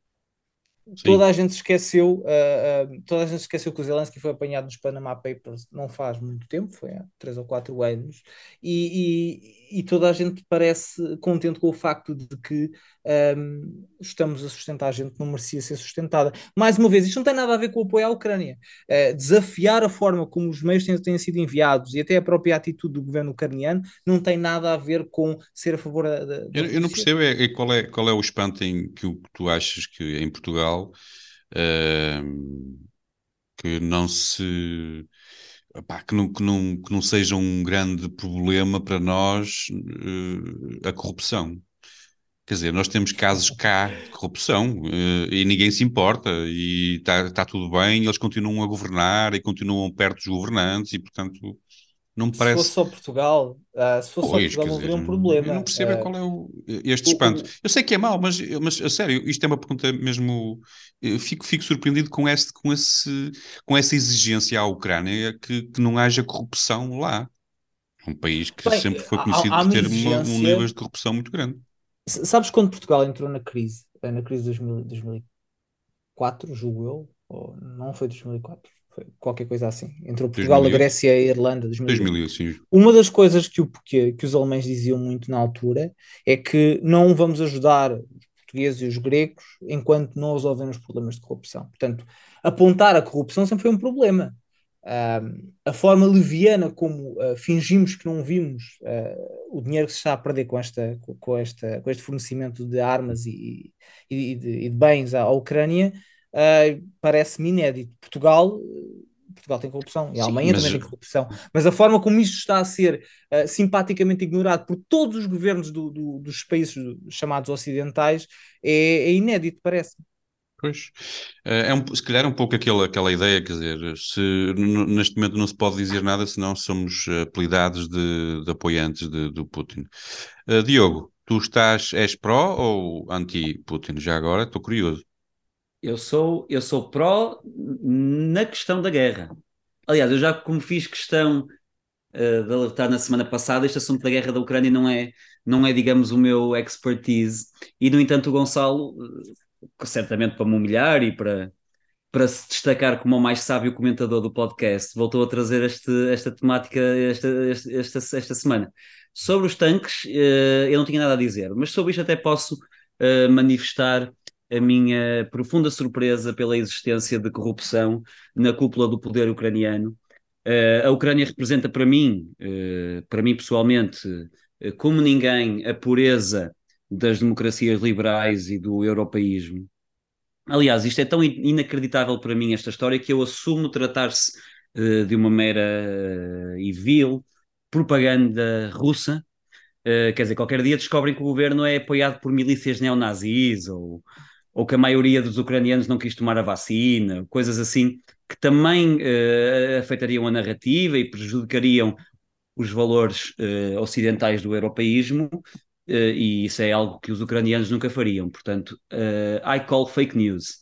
Toda Sim. a gente esqueceu, uh, uh, toda a gente esqueceu que o Zelensky foi apanhado nos Panama Papers não faz muito tempo, foi há três ou quatro anos, e, e, e toda a gente parece contente com o facto de que um, estamos a sustentar a gente que não merecia ser sustentada. Mais uma vez, isto não tem nada a ver com o apoio à Ucrânia. Uh, desafiar a forma como os meios têm, têm sido enviados e até a própria atitude do governo ucraniano não tem nada a ver com ser a favor da, da, da Eu, eu não Rússia. percebo é, é qual é, qual é o espanto em que, o, que tu achas que em Portugal ehm, que não se opá, que não, que não, que não seja um grande problema para nós eh, a corrupção. Quer dizer, nós temos casos cá de corrupção eh, e ninguém se importa e está tá tudo bem, eles continuam a governar e continuam perto dos governantes e, portanto, não me Se fosse parece. só Portugal, uh, se fosse só Pois, Portugal quer não dizer, haveria um eu não problema. percebo é Uh, qual é o, este espanto. o, o, Eu sei que é mau, mas, mas a sério, isto é uma pergunta mesmo. Eu fico, fico surpreendido com, esse, com, esse, com essa exigência à Ucrânia que, que não haja corrupção lá. É um país que Bem, sempre foi conhecido há, há por uma ter uma, um nível exigência. de corrupção muito grande. S- Sabes quando Portugal entrou na crise? Eh, Na crise de dois mil, dois mil e quatro, julgo eu, ou não foi dois mil e quatro, foi qualquer coisa assim. Entrou Portugal, a dois mil e oito? Grécia e a Irlanda, dois mil e oito. dois mil e oito, sim. Uma das coisas que, o, que, que os alemães diziam muito na altura é que não vamos ajudar os portugueses e os gregos enquanto não resolvemos os problemas de corrupção. Portanto, apontar a corrupção sempre foi um problema. Um, a forma leviana como uh, fingimos que não vimos uh, o dinheiro que se está a perder com, esta, com, com esta, com este fornecimento de armas e, e, de, e de bens à, à Ucrânia uh, parece-me inédito. Portugal, Portugal tem corrupção e a Sim, Alemanha mas também tem corrupção, mas a forma como isto está a ser uh, simpaticamente ignorado por todos os governos do, do, dos países chamados ocidentais é, é inédito, parece. pois, eh, é um, se calhar é um pouco aquela, aquela ideia, quer dizer, se n- neste momento não se pode dizer nada, senão somos eh, apelidados de, de apoiantes de, do Putin. Eh, Diogo, tu estás, és pró ou anti-Putin? Já agora, estou curioso. Eu sou, eu sou pró na questão da guerra. Aliás, eu já como fiz questão uh, de alertar na semana passada, este assunto da guerra da Ucrânia não é, não é, digamos, o meu expertise. E, no entanto, o Gonçalo, uh, certamente para me humilhar e para, para se destacar como o mais sábio comentador do podcast, voltou a trazer este, esta temática esta, esta, esta, esta semana. Sobre os tanques, uh, eu não tinha nada a dizer, mas sobre isto até posso uh, manifestar a minha profunda surpresa pela existência de corrupção na cúpula do poder ucraniano. Uh, a Ucrânia representa para mim, uh, para mim pessoalmente, uh, como ninguém, a pureza das democracias liberais e do europeísmo. Aliás, isto é tão inacreditável para mim, esta história, que eu assumo tratar-se uh, de uma mera uh, e vil propaganda russa. Uh, quer dizer, qualquer dia descobrem que o governo é apoiado por milícias neonazis ou, ou que a maioria dos ucranianos não quis tomar a vacina, coisas assim, que também uh, afetariam a narrativa e prejudicariam os valores uh, ocidentais do europeísmo, uh, e isso é algo que os ucranianos nunca fariam. Portanto, uh, I call fake news.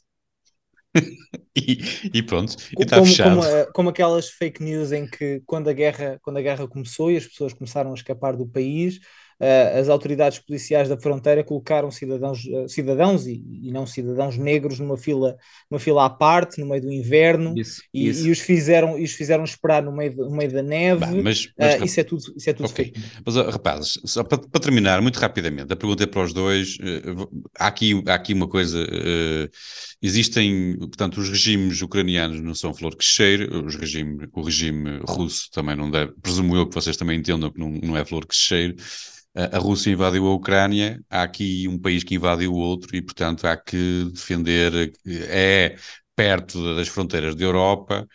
E, e pronto, e está Como, fechado. como, eh, como aquelas fake news em que quando a guerra, quando a guerra começou e as pessoas começaram a escapar do país, uh, as autoridades policiais da fronteira colocaram cidadãos, uh, cidadãos e, e não cidadãos negros numa fila, numa fila à parte, no meio do inverno, Isso, e, isso. e os fizeram, e os fizeram esperar no meio, de, no meio da neve. Bah, mas, mas, uh, isso é tudo, isso é tudo ok. fake. Mas, rapazes, só para, para terminar, muito rapidamente, a pergunta é para os dois. Uh, há, aqui, há aqui uma coisa. Uh, existem, portanto, os regimes ucranianos não são flor que cheire, os regime, o regime russo também não deve, presumo eu que vocês também entendam que não, não é flor que cheire. Uh, a Rússia invadiu a Ucrânia, há aqui um país que invadiu o outro e, portanto, há que defender, é perto das fronteiras da Europa.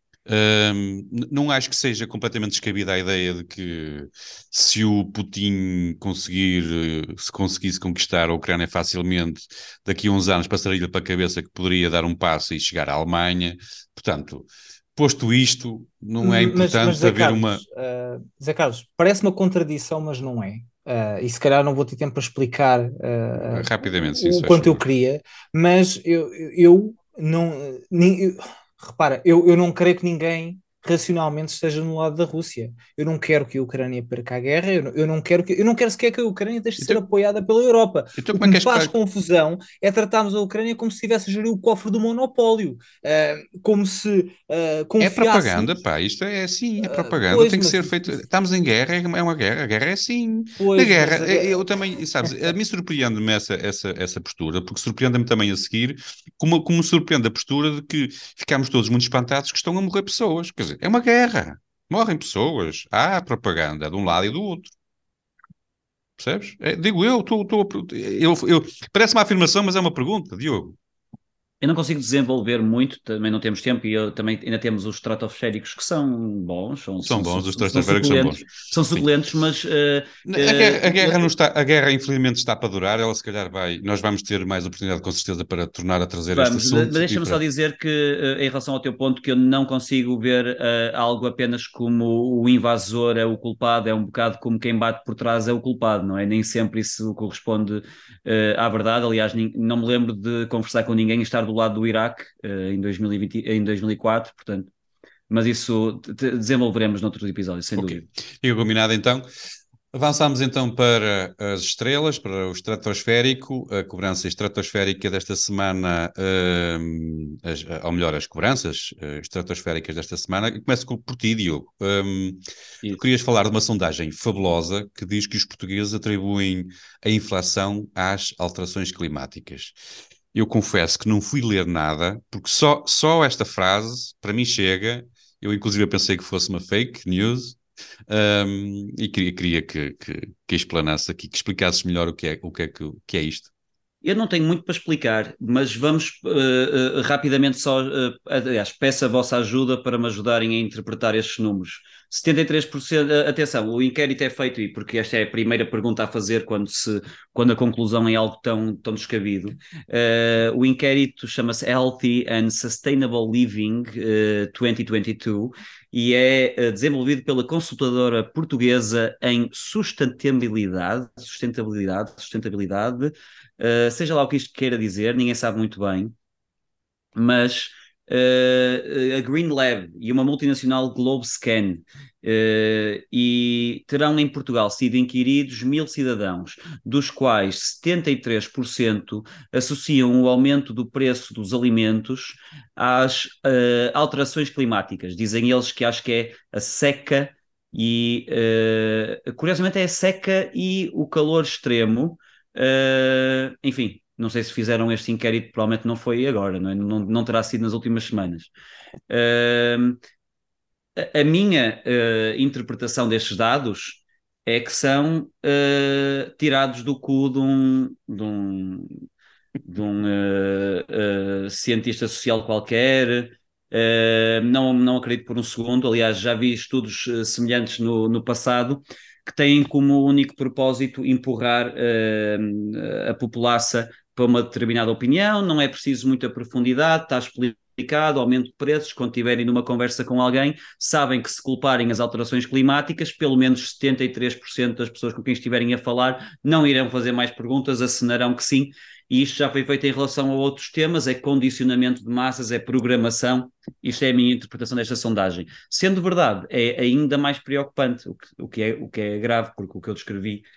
Um, não acho que seja completamente descabida a ideia de que se o Putin conseguir, se conseguisse conquistar a Ucrânia facilmente, daqui a uns anos passaria-lhe para a cabeça que poderia dar um passo e chegar à Alemanha. Portanto, posto isto, não é Mas, mas importante Zé haver uma... Carlos, uh, Zé Carlos, parece uma contradição, mas não é. Uh, e se calhar não vou ter tempo para explicar uh, Rapidamente, sim, o, se o faz quanto eu favor. queria, mas eu, eu não. nem- eu- repara, eu, eu não creio que ninguém racionalmente esteja no lado da Rússia. Eu não quero que a Ucrânia perca a guerra, eu não, eu não quero que, eu não quero sequer que a Ucrânia deixe de ser Então, apoiada pela Europa. então O como que é que me és... faz pa- confusão é tratarmos a Ucrânia como se estivesse a gerir o cofre do monopólio, uh, como se uh, É propaganda, confiássemos. pá, isto é assim, é Uh, propaganda, pois, tem que mas ser isso, feito. isso- Estamos em guerra, é é uma guerra, a guerra é assim. A pois, guerra, mas a é- guerra. eu também, sabes, a mim surpreende-me essa, essa, essa postura, porque surpreende-me também a seguir, como, como me surpreende a postura de que ficamos todos muito espantados que estão a morrer pessoas. Quer dizer, é uma guerra, morrem pessoas, há propaganda de um lado e do outro. Percebes? É, digo eu, estou, estou, a- eu, eu, parece uma afirmação, mas é uma pergunta, Diogo. Eu não consigo desenvolver muito, também não temos tempo, e eu, também ainda temos os estratosféricos que são bons, são, São são, bons, su- os são transferes são suculentos, bons. são Sim. suculentos, mas eh, A guerra, a eh, guerra não está, a guerra infelizmente está para durar, ela se calhar vai, nós vamos ter mais oportunidade com certeza para tornar a trazer este vamos, mas assunto e deixa-me só para... dizer que, eh, em relação ao teu ponto, que eu não consigo ver eh, algo apenas como o invasor é o culpado, é um bocado como quem bate por trás é o culpado, não é? Nem sempre isso corresponde eh, à verdade. Aliás, nin- não me lembro de conversar com ninguém e estar do lado do Iraque eh, em dois mil e vinte, em dois mil e quatro, portanto, mas isso te- te- desenvolveremos noutros episódios, sem Ok, dúvida. fica combinado então. Avançamos então para as estrelas, para o estratosférico, a cobrança estratosférica desta semana, hum, as- ou melhor, as cobranças eh, estratosféricas desta semana. E começo com- por ti, Diogo. Hum, tu Isso. querias falar de uma sondagem fabulosa que diz que os portugueses atribuem a inflação às alterações climáticas. Eu confesso que não fui ler nada, porque só, só esta frase, para mim, chega. Eu, inclusive, pensei que fosse uma fake news. Um, e queria, queria que, que, que explanasse aqui, que explicasses melhor o que é, o que é, que, o que é isto. Eu não tenho muito para explicar, mas vamos uh, uh, rapidamente só, uh, aliás, peço a vossa ajuda para me ajudarem a interpretar estes números. setenta e três por cento, uh, atenção, o inquérito é feito, e porque esta é a primeira pergunta a fazer quando, se, quando a conclusão é algo tão, tão descabido. Uh, o inquérito chama-se Healthy and Sustainable Living uh, dois mil e vinte e dois e é uh, desenvolvido pela consultadora portuguesa em sustentabilidade, sustentabilidade, sustentabilidade, Uh, seja lá o que isto queira dizer, ninguém sabe muito bem, mas uh, a Green Lab e uma multinacional Globescan uh, e terão em Portugal sido inquiridos mil cidadãos, dos quais setenta e três por cento associam o aumento do preço dos alimentos às uh, alterações climáticas. Dizem eles que acho que é a seca e, uh, curiosamente, é a seca e o calor extremo. Uh, enfim, não sei se fizeram este inquérito, provavelmente não foi agora, não, é? não, não terá sido nas últimas semanas. Uh, a, a minha uh, interpretação destes dados é que são uh, tirados do cu de um, de um, de um uh, uh, cientista social qualquer. Uh, não, não acredito por um segundo, aliás, já vi estudos uh, semelhantes no, no passado que têm como único propósito empurrar uh, a população para uma determinada opinião, não é preciso muita profundidade, está explicado, aumento de preços, quando estiverem numa conversa com alguém, sabem que se culparem as alterações climáticas, pelo menos setenta e três por cento das pessoas com quem estiverem a falar não irão fazer mais perguntas, assinarão que sim, e isto já foi feito em relação a outros temas, é condicionamento de massas, é programação, isto é a minha interpretação desta sondagem. Sendo verdade, é ainda mais preocupante, o que, o que, é, o que é grave, porque o que eu descrevi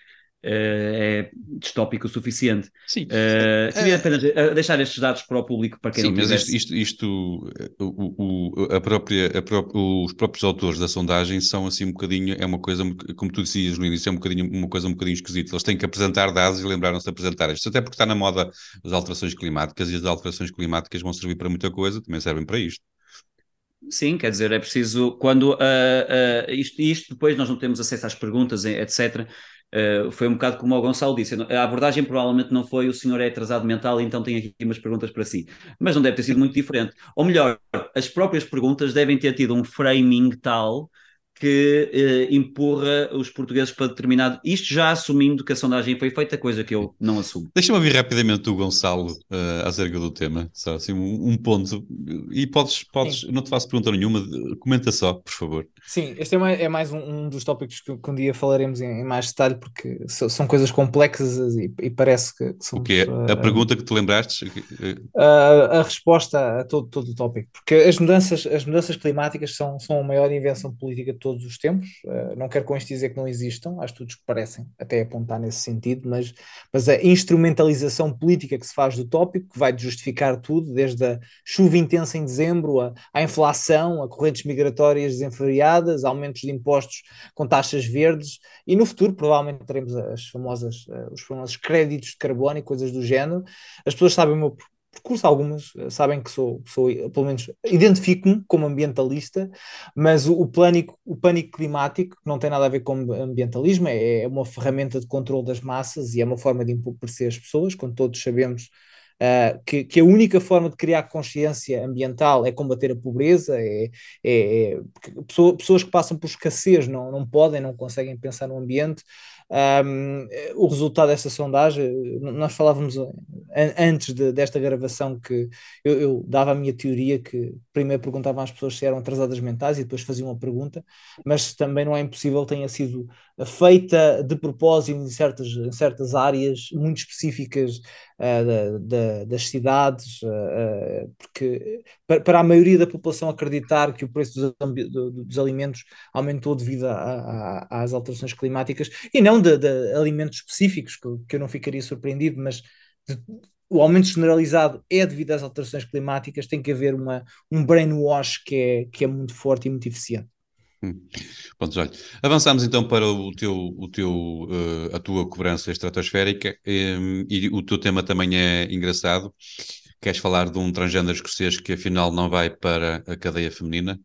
é distópico o suficiente. Sim. Uh, queria apenas deixar estes dados para o público, para quem Sim, não mas tivesse... isto, isto, isto o, o, a própria, a pró os próprios autores da sondagem são assim um bocadinho, é uma coisa, como tu dizias no início, é um bocadinho, uma coisa um bocadinho esquisita. Eles têm que apresentar dados e lembraram-se de apresentar isto, até porque está na moda as alterações climáticas, e as alterações climáticas vão servir para muita coisa, também servem para isto. Sim, quer dizer, é preciso, quando uh, uh, isto, isto depois nós não temos acesso às perguntas, etcétera. Uh, foi um bocado como o Gonçalo disse, a abordagem provavelmente não foi o senhor é atrasado mental, então tem aqui umas perguntas para si, mas não deve ter sido muito diferente, ou melhor, as próprias perguntas devem ter tido um framing tal que uh, empurra os portugueses para determinado, isto já assumindo que a sondagem foi feita, coisa que eu não assumo. Deixa-me ouvir rapidamente o Gonçalo uh, acerca do tema, só assim um, um ponto, e podes, podes não te faço pergunta nenhuma, comenta só, por favor. Sim, este é mais, é mais um, um dos tópicos que, que um dia falaremos em, em mais detalhe, porque so, são coisas complexas e, e parece que, que são... O que é? A pergunta que te lembraste? A, a resposta a todo, todo o tópico, porque as mudanças, as mudanças climáticas são, são a maior invenção política de todos os tempos. Uh, não quero com isto dizer que não existam, há estudos que parecem até apontar nesse sentido, mas, mas a instrumentalização política que se faz do tópico, que vai justificar tudo, desde a chuva intensa em dezembro, a, à inflação, a correntes migratórias desenfreadas, aumentos de impostos com taxas verdes, e no futuro provavelmente teremos as famosas, uh, os famosos créditos de carbono e coisas do género. As pessoas sabem o meu percurso, algumas uh, sabem que sou, sou pelo menos identifico-me como ambientalista, mas o, o, pânico, o pânico climático, que não tem nada a ver com ambientalismo, é, é uma ferramenta de controle das massas e é uma forma de empobrecer as pessoas, quando todos sabemos Uh, que, que a única forma de criar consciência ambiental é combater a pobreza, é, é, é pessoa, pessoas que passam por escassez não, não podem, não conseguem pensar no ambiente. Um, o resultado dessa sondagem, nós falávamos an antes de, desta gravação que eu, eu dava a minha teoria que primeiro perguntavam às pessoas se eram atrasadas mentais e depois faziam uma pergunta, mas também não é impossível que tenha sido feita de propósito em certas, em certas áreas muito específicas uh, da, da, das cidades, uh, porque para, para a maioria da população acreditar que o preço dos, dos alimentos aumentou devido a, a, às alterações climáticas, e não de, de alimentos específicos, que, que eu não ficaria surpreendido, mas de, o aumento generalizado é devido às alterações climáticas, tem que haver uma, um brainwash que é, que é muito forte e muito eficiente. Hum. Pronto, olha, avançamos então para o teu, o teu, uh, a tua cobrança estratosférica, um, e o teu tema também é engraçado. Queres falar de um transgênero escocês que afinal não vai para a cadeia feminina?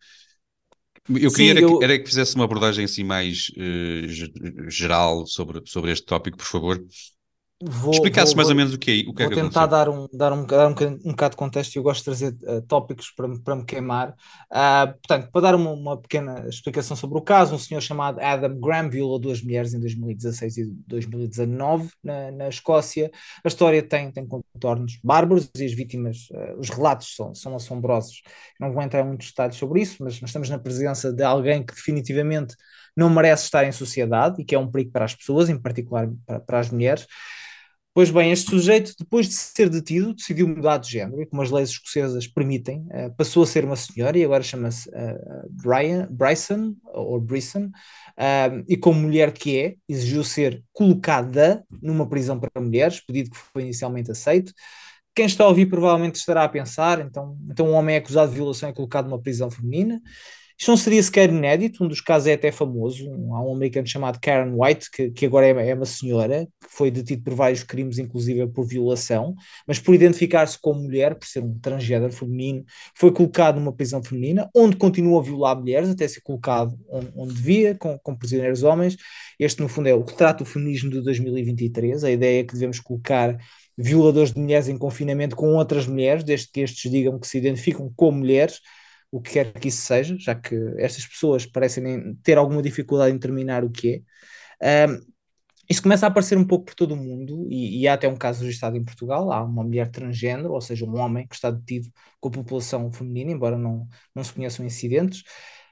Eu Sim, queria era, eu... que, era que fizesse uma abordagem assim mais uh, geral sobre, sobre este tópico, por favor. Vou, Explicasse vou, mais ou vou, menos o que é, o que é vou que tentar aconteceu. dar um, dar um, dar um, bocadinho- um bocado de contexto, e eu gosto de trazer uh, tópicos para, para me queimar. Ah, portanto, para dar uma, uma pequena explicação sobre o caso, um senhor chamado Adam Graham violou duas mulheres em dois mil e dezasseis e dois mil e dezanove na, na Escócia. A história tem, tem contornos bárbaros e as vítimas, uh, os relatos são, são assombrosos. Não vou entrar em muitos detalhes sobre isso, mas nós estamos na presença de alguém que definitivamente não merece estar em sociedade e que é um perigo para as pessoas, em particular para, para as mulheres. Pois bem, este sujeito, depois de ser detido, decidiu mudar de género, e como as leis escocesas permitem, uh, passou a ser uma senhora e agora chama-se uh, Brian, Bryson, ou Bryson, uh, e como mulher que é, exigiu ser colocada numa prisão para mulheres, pedido que foi inicialmente aceito. Quem está a ouvir provavelmente estará a pensar, então, então um homem é acusado de violação e colocado numa prisão feminina. Isto não seria sequer inédito, um dos casos é até famoso. Um, há um americano chamado Karen White, que, que agora é, é uma senhora, que foi detido por vários crimes, inclusive por violação, mas por identificar-se como mulher, por ser um transgénero feminino, foi colocado numa prisão feminina, onde continua a violar mulheres, até ser colocado onde, onde devia, com, com prisioneiros homens. Este, no fundo, é o retrato do feminismo de dois mil e vinte e três. A ideia é que devemos colocar violadores de mulheres em confinamento com outras mulheres, desde que estes digam que se identificam como mulheres, o que quer que isso seja, já que estas pessoas parecem ter alguma dificuldade em determinar o que é. Um, isso começa a aparecer um pouco por todo o mundo, e, e há até um caso registrado em Portugal. Há uma mulher transgênero, ou seja, um homem que está detido com a população feminina, embora não, não se conheçam incidentes.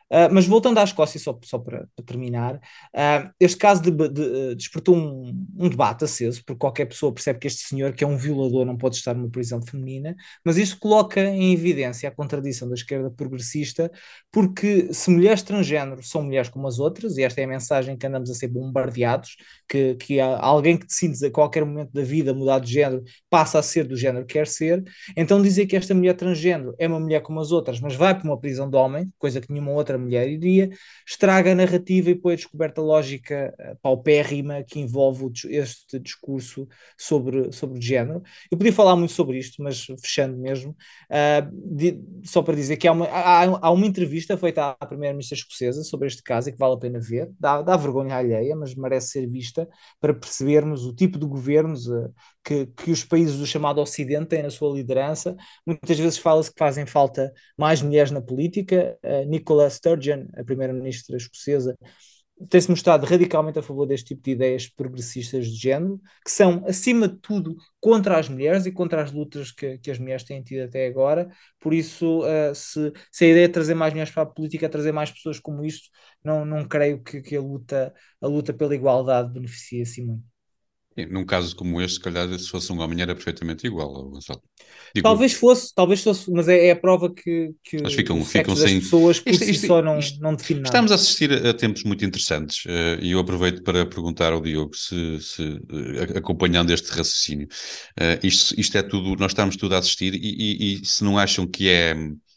Uh, mas voltando à Escócia, só, só para, para terminar, uh, este caso de, de, de, despertou um, um debate aceso, porque qualquer pessoa percebe que este senhor, que é um violador, não pode estar numa prisão feminina, mas isto coloca em evidência a contradição da esquerda progressista, porque se mulheres transgênero são mulheres como as outras, e esta é a mensagem que andamos a ser bombardeados, que, que há alguém que decide a qualquer momento da vida mudar de género, passa a ser do género que quer ser, então dizer que esta mulher transgênero é uma mulher como as outras, mas vai para uma prisão de homem, coisa que nenhuma outra mulher iria, estraga a narrativa e põe a descoberta lógica uh, paupérrima que envolve o, este discurso sobre, sobre género. Eu podia falar muito sobre isto, mas fechando mesmo, uh, de, só para dizer que há uma, há, há uma entrevista feita à primeira-ministra escocesa sobre este caso e que vale a pena ver, dá, dá vergonha alheia, mas merece ser vista para percebermos o tipo de governos uh, que, que os países do chamado Ocidente têm na sua liderança. Muitas vezes fala-se que fazem falta mais mulheres na política. Uh, Nicola Sturgeon, a primeira-ministra escocesa, tem-se mostrado radicalmente a favor deste tipo de ideias progressistas de género, que são, acima de tudo, contra as mulheres e contra as lutas que, que as mulheres têm tido até agora. Por isso, uh, se, se a ideia é trazer mais mulheres para a política, é trazer mais pessoas como isto, não, não creio que, que a, luta, a luta pela igualdade beneficie assim muito. Sim, num caso como este, se calhar, se fosse um homem era perfeitamente igual ao Gonçalo. Digo, Talvez fosse, talvez fosse, mas é, é a prova que, que eles o ficam, ficam sexo das sem. pessoas por Isto, si isto, só não, isto- não define nada. Estamos a assistir a, a tempos muito interessantes eh, e eu aproveito para perguntar ao Diogo se, se, eh, acompanhando este raciocínio, eh, isto, isto é tudo, nós estamos tudo a assistir e, e- e se não acham que é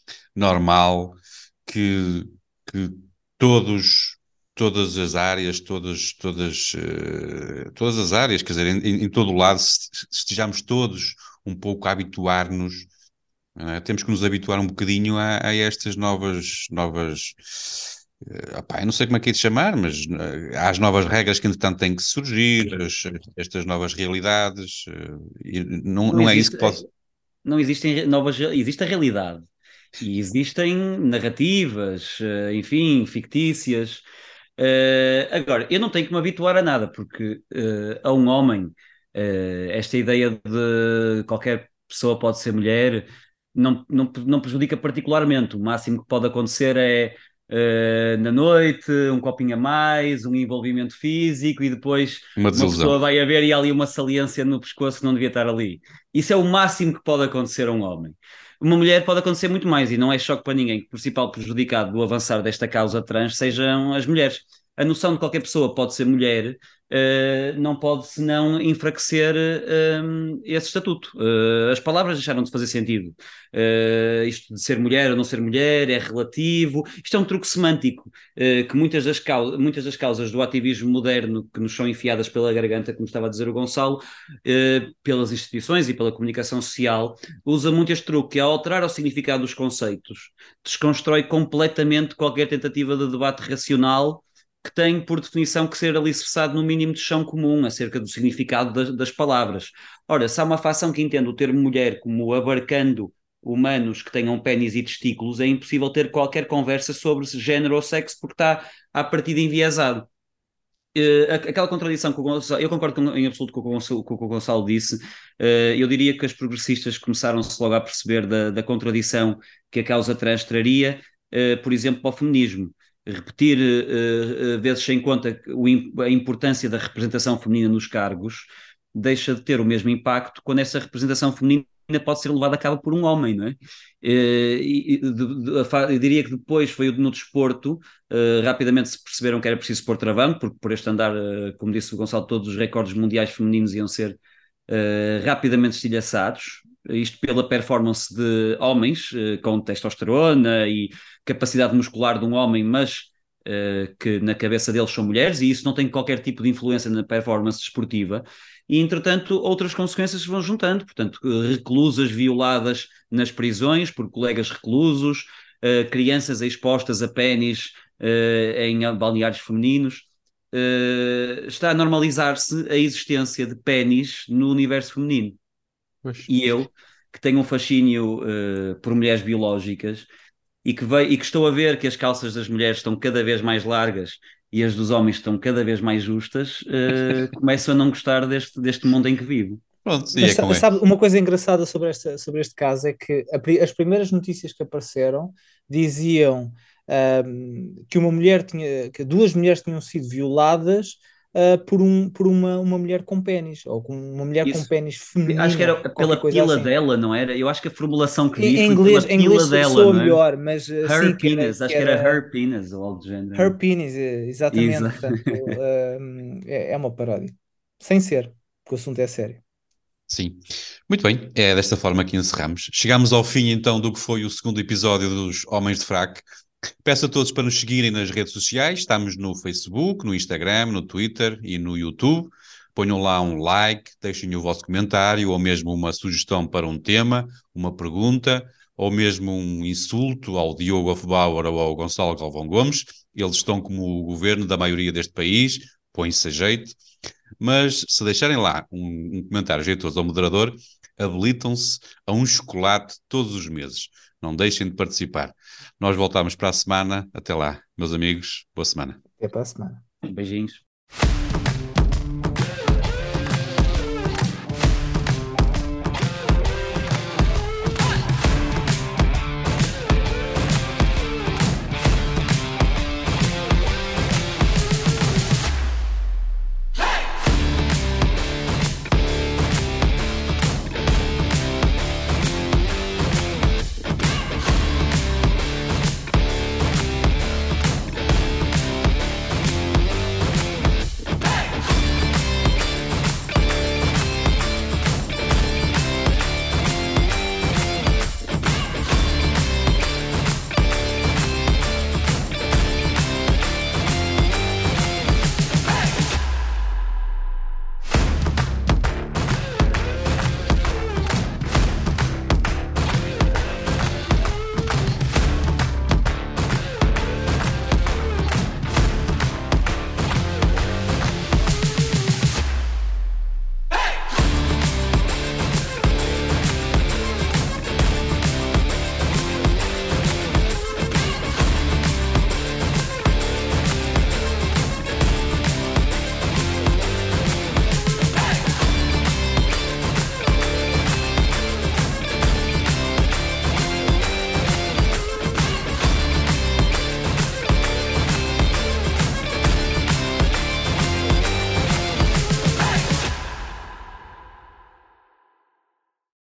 normal que, que todos, todas as áreas, todas, todas, eh, todas as áreas, quer dizer, em, em- em todo o lado, se- se estejamos todos um pouco a habituar-nos, não é? Temos que nos habituar um bocadinho a, a estas novas, novas, eh, opá, eu não sei como é que é de chamar, mas eh, às novas regras que entretanto têm que surgir, as- estas novas realidades, eh, e não, Não não é isso existe, que pode. não existem novas, existe a realidade e existem narrativas, eh, enfim, fictícias. Eh, agora, eu não tenho que me habituar a nada, porque eh, a um homem, eh, esta ideia de qualquer pessoa pode ser mulher, não, não, não prejudica particularmente. O máximo que pode acontecer é eh, na noite, um copinho a mais, um envolvimento físico e depois Uma uma desilusão. pessoa vai a ver e há ali uma saliência no pescoço que não devia estar ali. Isso é o máximo que pode acontecer a um homem. Uma mulher pode acontecer muito mais e não é choque para ninguém que o principal prejudicado do avançar desta causa trans sejam as mulheres. A noção de qualquer pessoa pode ser mulher uh, não pode senão enfraquecer uh, esse estatuto. Uh, as palavras deixaram de fazer sentido. Uh, isto de ser mulher ou não ser mulher é relativo. Isto é um truque semântico uh, que muitas das, muitas das causas do ativismo moderno que nos são enfiadas pela garganta, como estava a dizer o Gonçalo, uh, pelas instituições e pela comunicação social, usa muito este truque, que ao alterar o significado dos conceitos, desconstrói completamente qualquer tentativa de debate racional que tem, por definição, que ser alicerçado no mínimo de chão comum acerca do significado das, das palavras. Ora, se há uma facção que entende o termo mulher como abarcando humanos que tenham pênis e testículos, é impossível ter qualquer conversa sobre género ou sexo porque está à partida enviesado. Uh, aquela contradição que o Gonçalo, eu concordo com, em absoluto com o, Gonçalo, com o que o Gonçalo disse. Uh, eu diria que as progressistas começaram-se logo a perceber da, da contradição que a causa trans traria, uh, por exemplo, para o feminismo. Repetir uh, uh, vezes sem conta o, a importância da representação feminina nos cargos deixa de ter o mesmo impacto quando essa representação feminina pode ser levada a cabo por um homem, não é? E, e, de, de, eu diria que depois foi no desporto, uh, rapidamente se perceberam que era preciso pôr travão, porque por este andar, uh, como disse o Gonçalo, todos os recordes mundiais femininos iam ser uh, rapidamente estilhaçados, isto pela performance de homens uh, com testosterona e capacidade muscular de um homem, mas uh, que na cabeça deles são mulheres, e isso não tem qualquer tipo de influência na performance desportiva. E, entretanto, outras consequências se vão juntando, portanto, reclusas violadas nas prisões por colegas reclusos, uh, crianças expostas a pénis uh, em balneários femininos. Uh, está a normalizar-se a existência de pénis no universo feminino. Pois. E eu, que tenho um fascínio uh, por mulheres biológicas e que, veio, e que estou a ver que as calças das mulheres estão cada vez mais largas e as dos homens estão cada vez mais justas, uh, começo a não gostar deste, deste mundo em que vivo. Pronto, e Mas é como é. sabe, uma coisa engraçada sobre, esta, sobre este caso é que a, as primeiras notícias que apareceram diziam uh, que uma mulher tinha, que duas mulheres tinham sido violadas uh, por, um, por uma, uma mulher com pénis, ou com uma mulher com Isso. pénis Acho que feminino, era qualquer pela coisa pila assim. dela, não era? Eu acho que a formulação que Em, vi em foi inglês, pela em inglês pila dela, soa não é? melhor, mas uh, sim, Her que era, penis, que acho que era era her penis ou algo do género. her penis, eh, exatamente, Exato. portanto, uh, é, é uma paródia, sem ser, porque o assunto é sério. Sim. Muito bem, é desta forma que encerramos. Chegamos ao fim então do que foi o segundo episódio dos Homens de Fraco. Peço a todos para nos seguirem nas redes sociais. Estamos no Facebook, no Instagram, no Twitter e no YouTube. Ponham lá um like, deixem o vosso comentário ou mesmo uma sugestão para um tema, uma pergunta ou mesmo um insulto ao Diogo Hofbauer ou ao Gonçalo Galvão Gomes. Eles estão como o governo da maioria deste país, põe-se a jeito. Mas se deixarem lá um, um comentário jeitoso ao moderador, habilitam-se a um chocolate todos os meses. Não deixem de participar. Nós voltamos para a semana. Até lá, meus amigos. Boa semana. Até para a semana. Beijinhos.